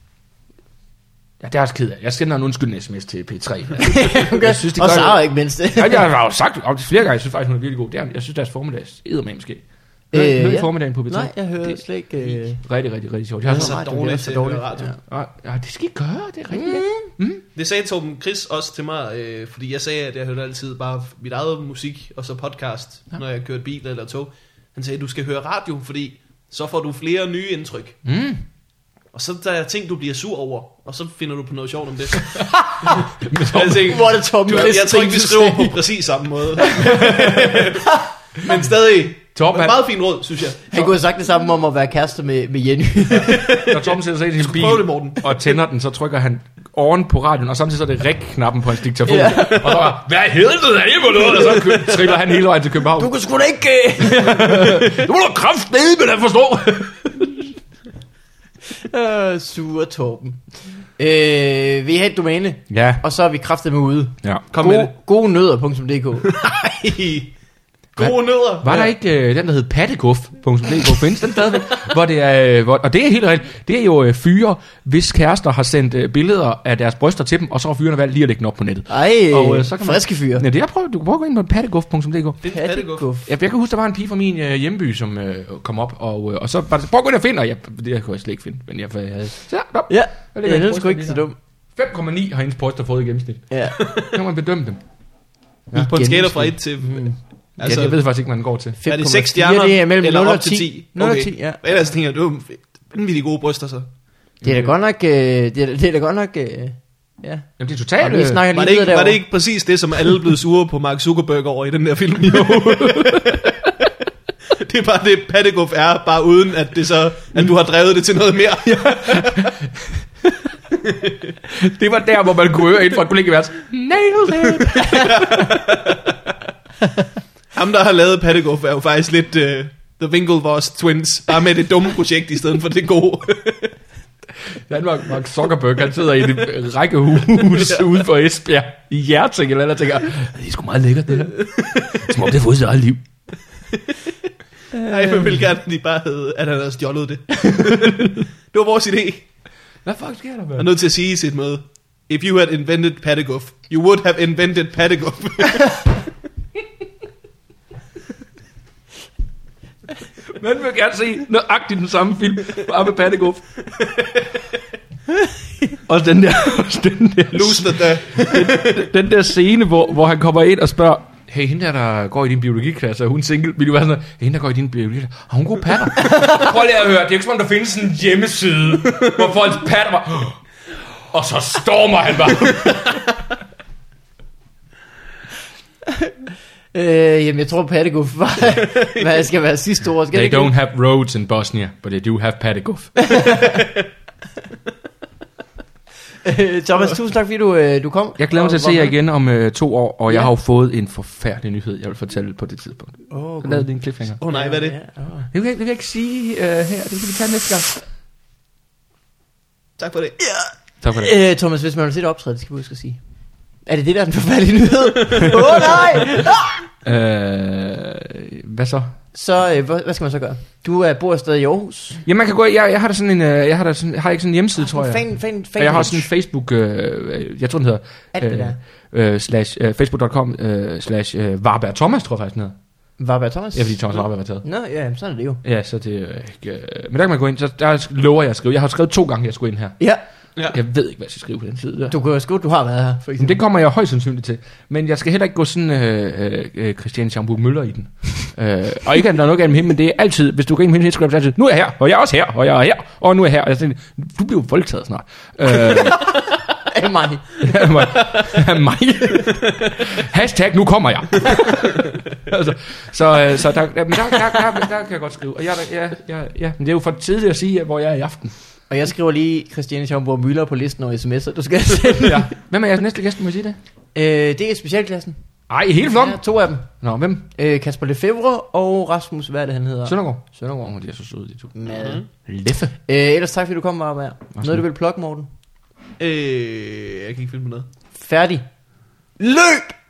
Ja, det er også ked af. Jeg sender en undskyldende sms til P tre.
Okay.
Jeg synes, de
og
gør
Sara
det.
ikke mindst.
Ja, jeg har jo sagt det flere gange, jeg synes faktisk, hun er virkelig god. Det er, jeg synes, deres formiddags eddermame måske. Hør,
Øh,
hør i
ja.
formiddagen på P tre.
Nej, jeg hører
Det
slet ikke... Øh...
er rigtig, rigtig, rigtig sjovt. Jeg har
så
så,
radio,
dårligt
det er så
til at
dårligt.
høre radio.
Ja.
ja, det skal I gøre, det er rigtig mm.
Det sagde Torben Chris også til mig, øh, fordi jeg sagde, at jeg hørte altid bare mit eget musik, og så podcast, ja. når jeg kørte bil eller tog. Han sagde, du skal høre radio, fordi så får du flere nye indtryk.
Mm.
Og så der er ting, du bliver sur over, og så finder du på noget sjovt om det.
Tom,
Jeg tænkte,
Hvor er det Torben
du,
Chris
jeg tror ikke, vi
ting, du
skriver
sagde?
på præcis samme måde. Men stadig,
Torben,
et meget fint råd, synes jeg.
Han kunne have sagt det samme om at være kærester med, med Jenny.
når Tom sætter sig ind i sin bil
prøve det, Morten.
og tænder den, så trykker han oven på radioen, og samtidig så er det ræk-knappen på hans diktafon.
Ja.
Og så bare, hvad helvede er I på noget? Og så kø- triller han hele vejen til København.
Du kunne sgu da ikke...
Du må da kraftedeme med at forstå.
øh, sure Torben. Øh, vi har et domæne,
Ja,
og så er vi kraftet med ude.
ja.
Kom med
Gode,
det.
gode nødder punktum d k.
Ej, gode nødder.
Var der ikke øh, den, der hed patteguf punktum d k? Findes den stadigvæk? Hvor det er, øh, hvor, og det er helt rigtigt. Det er jo øh, fyre, hvis kærester har sendt øh, billeder af deres bryster til dem, og så har fyrene valgt lige at lægge den op på nettet.
Ej,
Og, øh, så kan man-
friske fyre.
Ja, det jeg prøver, du kan prøve at gå ind på patteguf punktum d k.
Det er patteguf.
Patteguf.
Jeg, jeg kan huske, der var en pige fra min øh, hjemby, som øh, kom op, og, øh, og så var det, prøv at gå ind og finde, og jeg, det kunne jeg slet ikke finde, men jeg, jeg havde, så, ja,
Ja,
Der ligger
ja
en
det er sgu
bryster
ikke
lige
så
der.
dumt.
fem komma ni har hendes poster fået i gennemsnit.
Ja.
Så kan man bedømme dem.
Ja, på en skala fra
gennemsnit.
et til...
Mm.
Altså,
Ja, jeg ved faktisk ikke, hvad den går til.
er det
fem
seks
komma fire,
stjerner,
det er mellem
eller
nul
op
og
til
ti?
ti?
nul og
Okay.
ti, ja.
Ellers tænker jeg, det var vanvittigt gode bryster så.
Det er da godt nok... Øh, det, er, det er da godt nok... Øh, ja.
Jamen, det er
Og
totalt...
vi
Øh,
snakker
Var
lige
det, ikke,
videre
var det
derovre.
ikke præcis det, som alle blev sure på Mark Zuckerberg over i den der film? Jo. Det er bare det, Patagoff er, bare uden at det så, at du har drevet det til noget mere.
det var der, hvor man kunne høre ind fra et kollegeværelse. Nailed it!
Ham, der har lavet Patagoff, er jo faktisk lidt uh, The Winklevoss Twins, bare med det dumme projekt i stedet for det gode.
Han var Mark Zuckerberg, han sidder i et rækkehus ude for Esbjerg i Hjerting, eller andet, tænker, det er sgu meget lækkert, det her. Som om det har fået sit eget liv.
Nej, jeg vil gerne, at de bare havde, at han havde stjålet det. Det var vores idé.
Hvad fuck sker der,
Jeg er
mand?
nødt til at sige i sit møde, if you had invented Patagoff, you would have invented Patagoff.
Man vil gerne se nøjagtigt den samme film, bare med Patagoff. Og den der, også den der,
Lose the...
den der scene, hvor, hvor han kommer ind og spørger, hey, hende der, der går i din biologiklasse, er hun single? Vil du være sådan, hey, hende der går i din biologiklasse, har hun gode patter? Prøv lige at høre, det er ikke som om, der findes sådan en hjemmeside, hvor folks patter var... Og så stormer han bare.
Øh, jamen, jeg tror, Patagoff var... hvad skal være sidste ord? Skal
They
det
don't
ikke?
have roads in Bosnia, but they do have Patagoff.
Øh, Thomas, tusind tak, fordi du, øh, du kom.
Jeg glæder mig til at
Og
se jer
var med.
igen om øh, to år, og jeg
Ja.
har jo fået en forfærdelig nyhed, jeg vil fortælle på det tidspunkt.
Åh,
Så lavede det en cliffhanger.
Åh oh, nej, hvad er det?
Ja, ja.
Det vil jeg, det vil jeg ikke sige uh, her, det kan vi tage næste gang.
Tak for det.
Tak for det.
Øh, Thomas, hvis man vil se det optræde, det skal vi huske at sige. Er det det, der er den forfærdelige nyhed? Åh oh, nej!
Øh, hvad så?
Så øh, hvad, hvad skal man så gøre? Du er bor stadig i Aarhus.
Ja, man kan gå, jeg, jeg har da sådan en, øh, jeg har da sådan, har ikke sådan en hjemmeside, tror jeg.
Fan, fan, fan
Og jeg har også sådan en Facebook, øh, jeg tror den hedder,
Alt det der.
øh, slash, øh, facebook punktum com, øh, slash, øh, Varberg Thomas, tror jeg faktisk den hedder.
Varberg Thomas?
Ja, fordi Thomas Varberg var taget.
Nå, ja, sådan er det jo.
Ja, så det er øh, ikke, øh, men der kan man gå ind, så der lover jeg at skrive. Jeg har skrevet to gange, at jeg skulle ind her.
Ja,
Ja.
Jeg ved ikke, hvad jeg skal skrive på den side der.
du kan jo skrive, du har været her, for
Men
eksempel.
det kommer jeg højst sandsynligt til. Men jeg skal heller ikke gå sådan øh, øh, Christiane Schamburg Møller i den. øh, og ikke at der er noget galt med hende, men det er altid, hvis du går ind med hende, så skriver du altid, nu er jeg her, og jeg er også her, og jeg er her, og nu er jeg her. Og jeg tænker, du bliver jo voldtaget snart. Øh,
Af mig.
af mig. Af mig. Hashtag, nu kommer jeg. altså, så øh, så der, men der, der, der, der, der kan jeg godt skrive. Og jeg, ja, ja, ja, men det er jo for tidligt at sige, hvor jeg er i aften.
Og jeg skriver lige Christiane Schaumburg Müller på listen over sms'er, du skal sende.
Ja. Hvem er jeres næste gæst, må jeg sige det?
øh, det er specialklassen.
Ej, hele flokken?
Ja, to af dem.
Nå, hvem?
Øh, Kasper Lefebvre og Rasmus, hvad er det, han hedder?
Søndergaard.
Søndergaard.
Åh, de er så søde, de to.
Med.
Leffe.
Øh, ellers tak, fordi du kom, Varberg. Noget, du vil plukke, Morten?
Øh, jeg kan ikke finde på noget.
Færdig. Løb!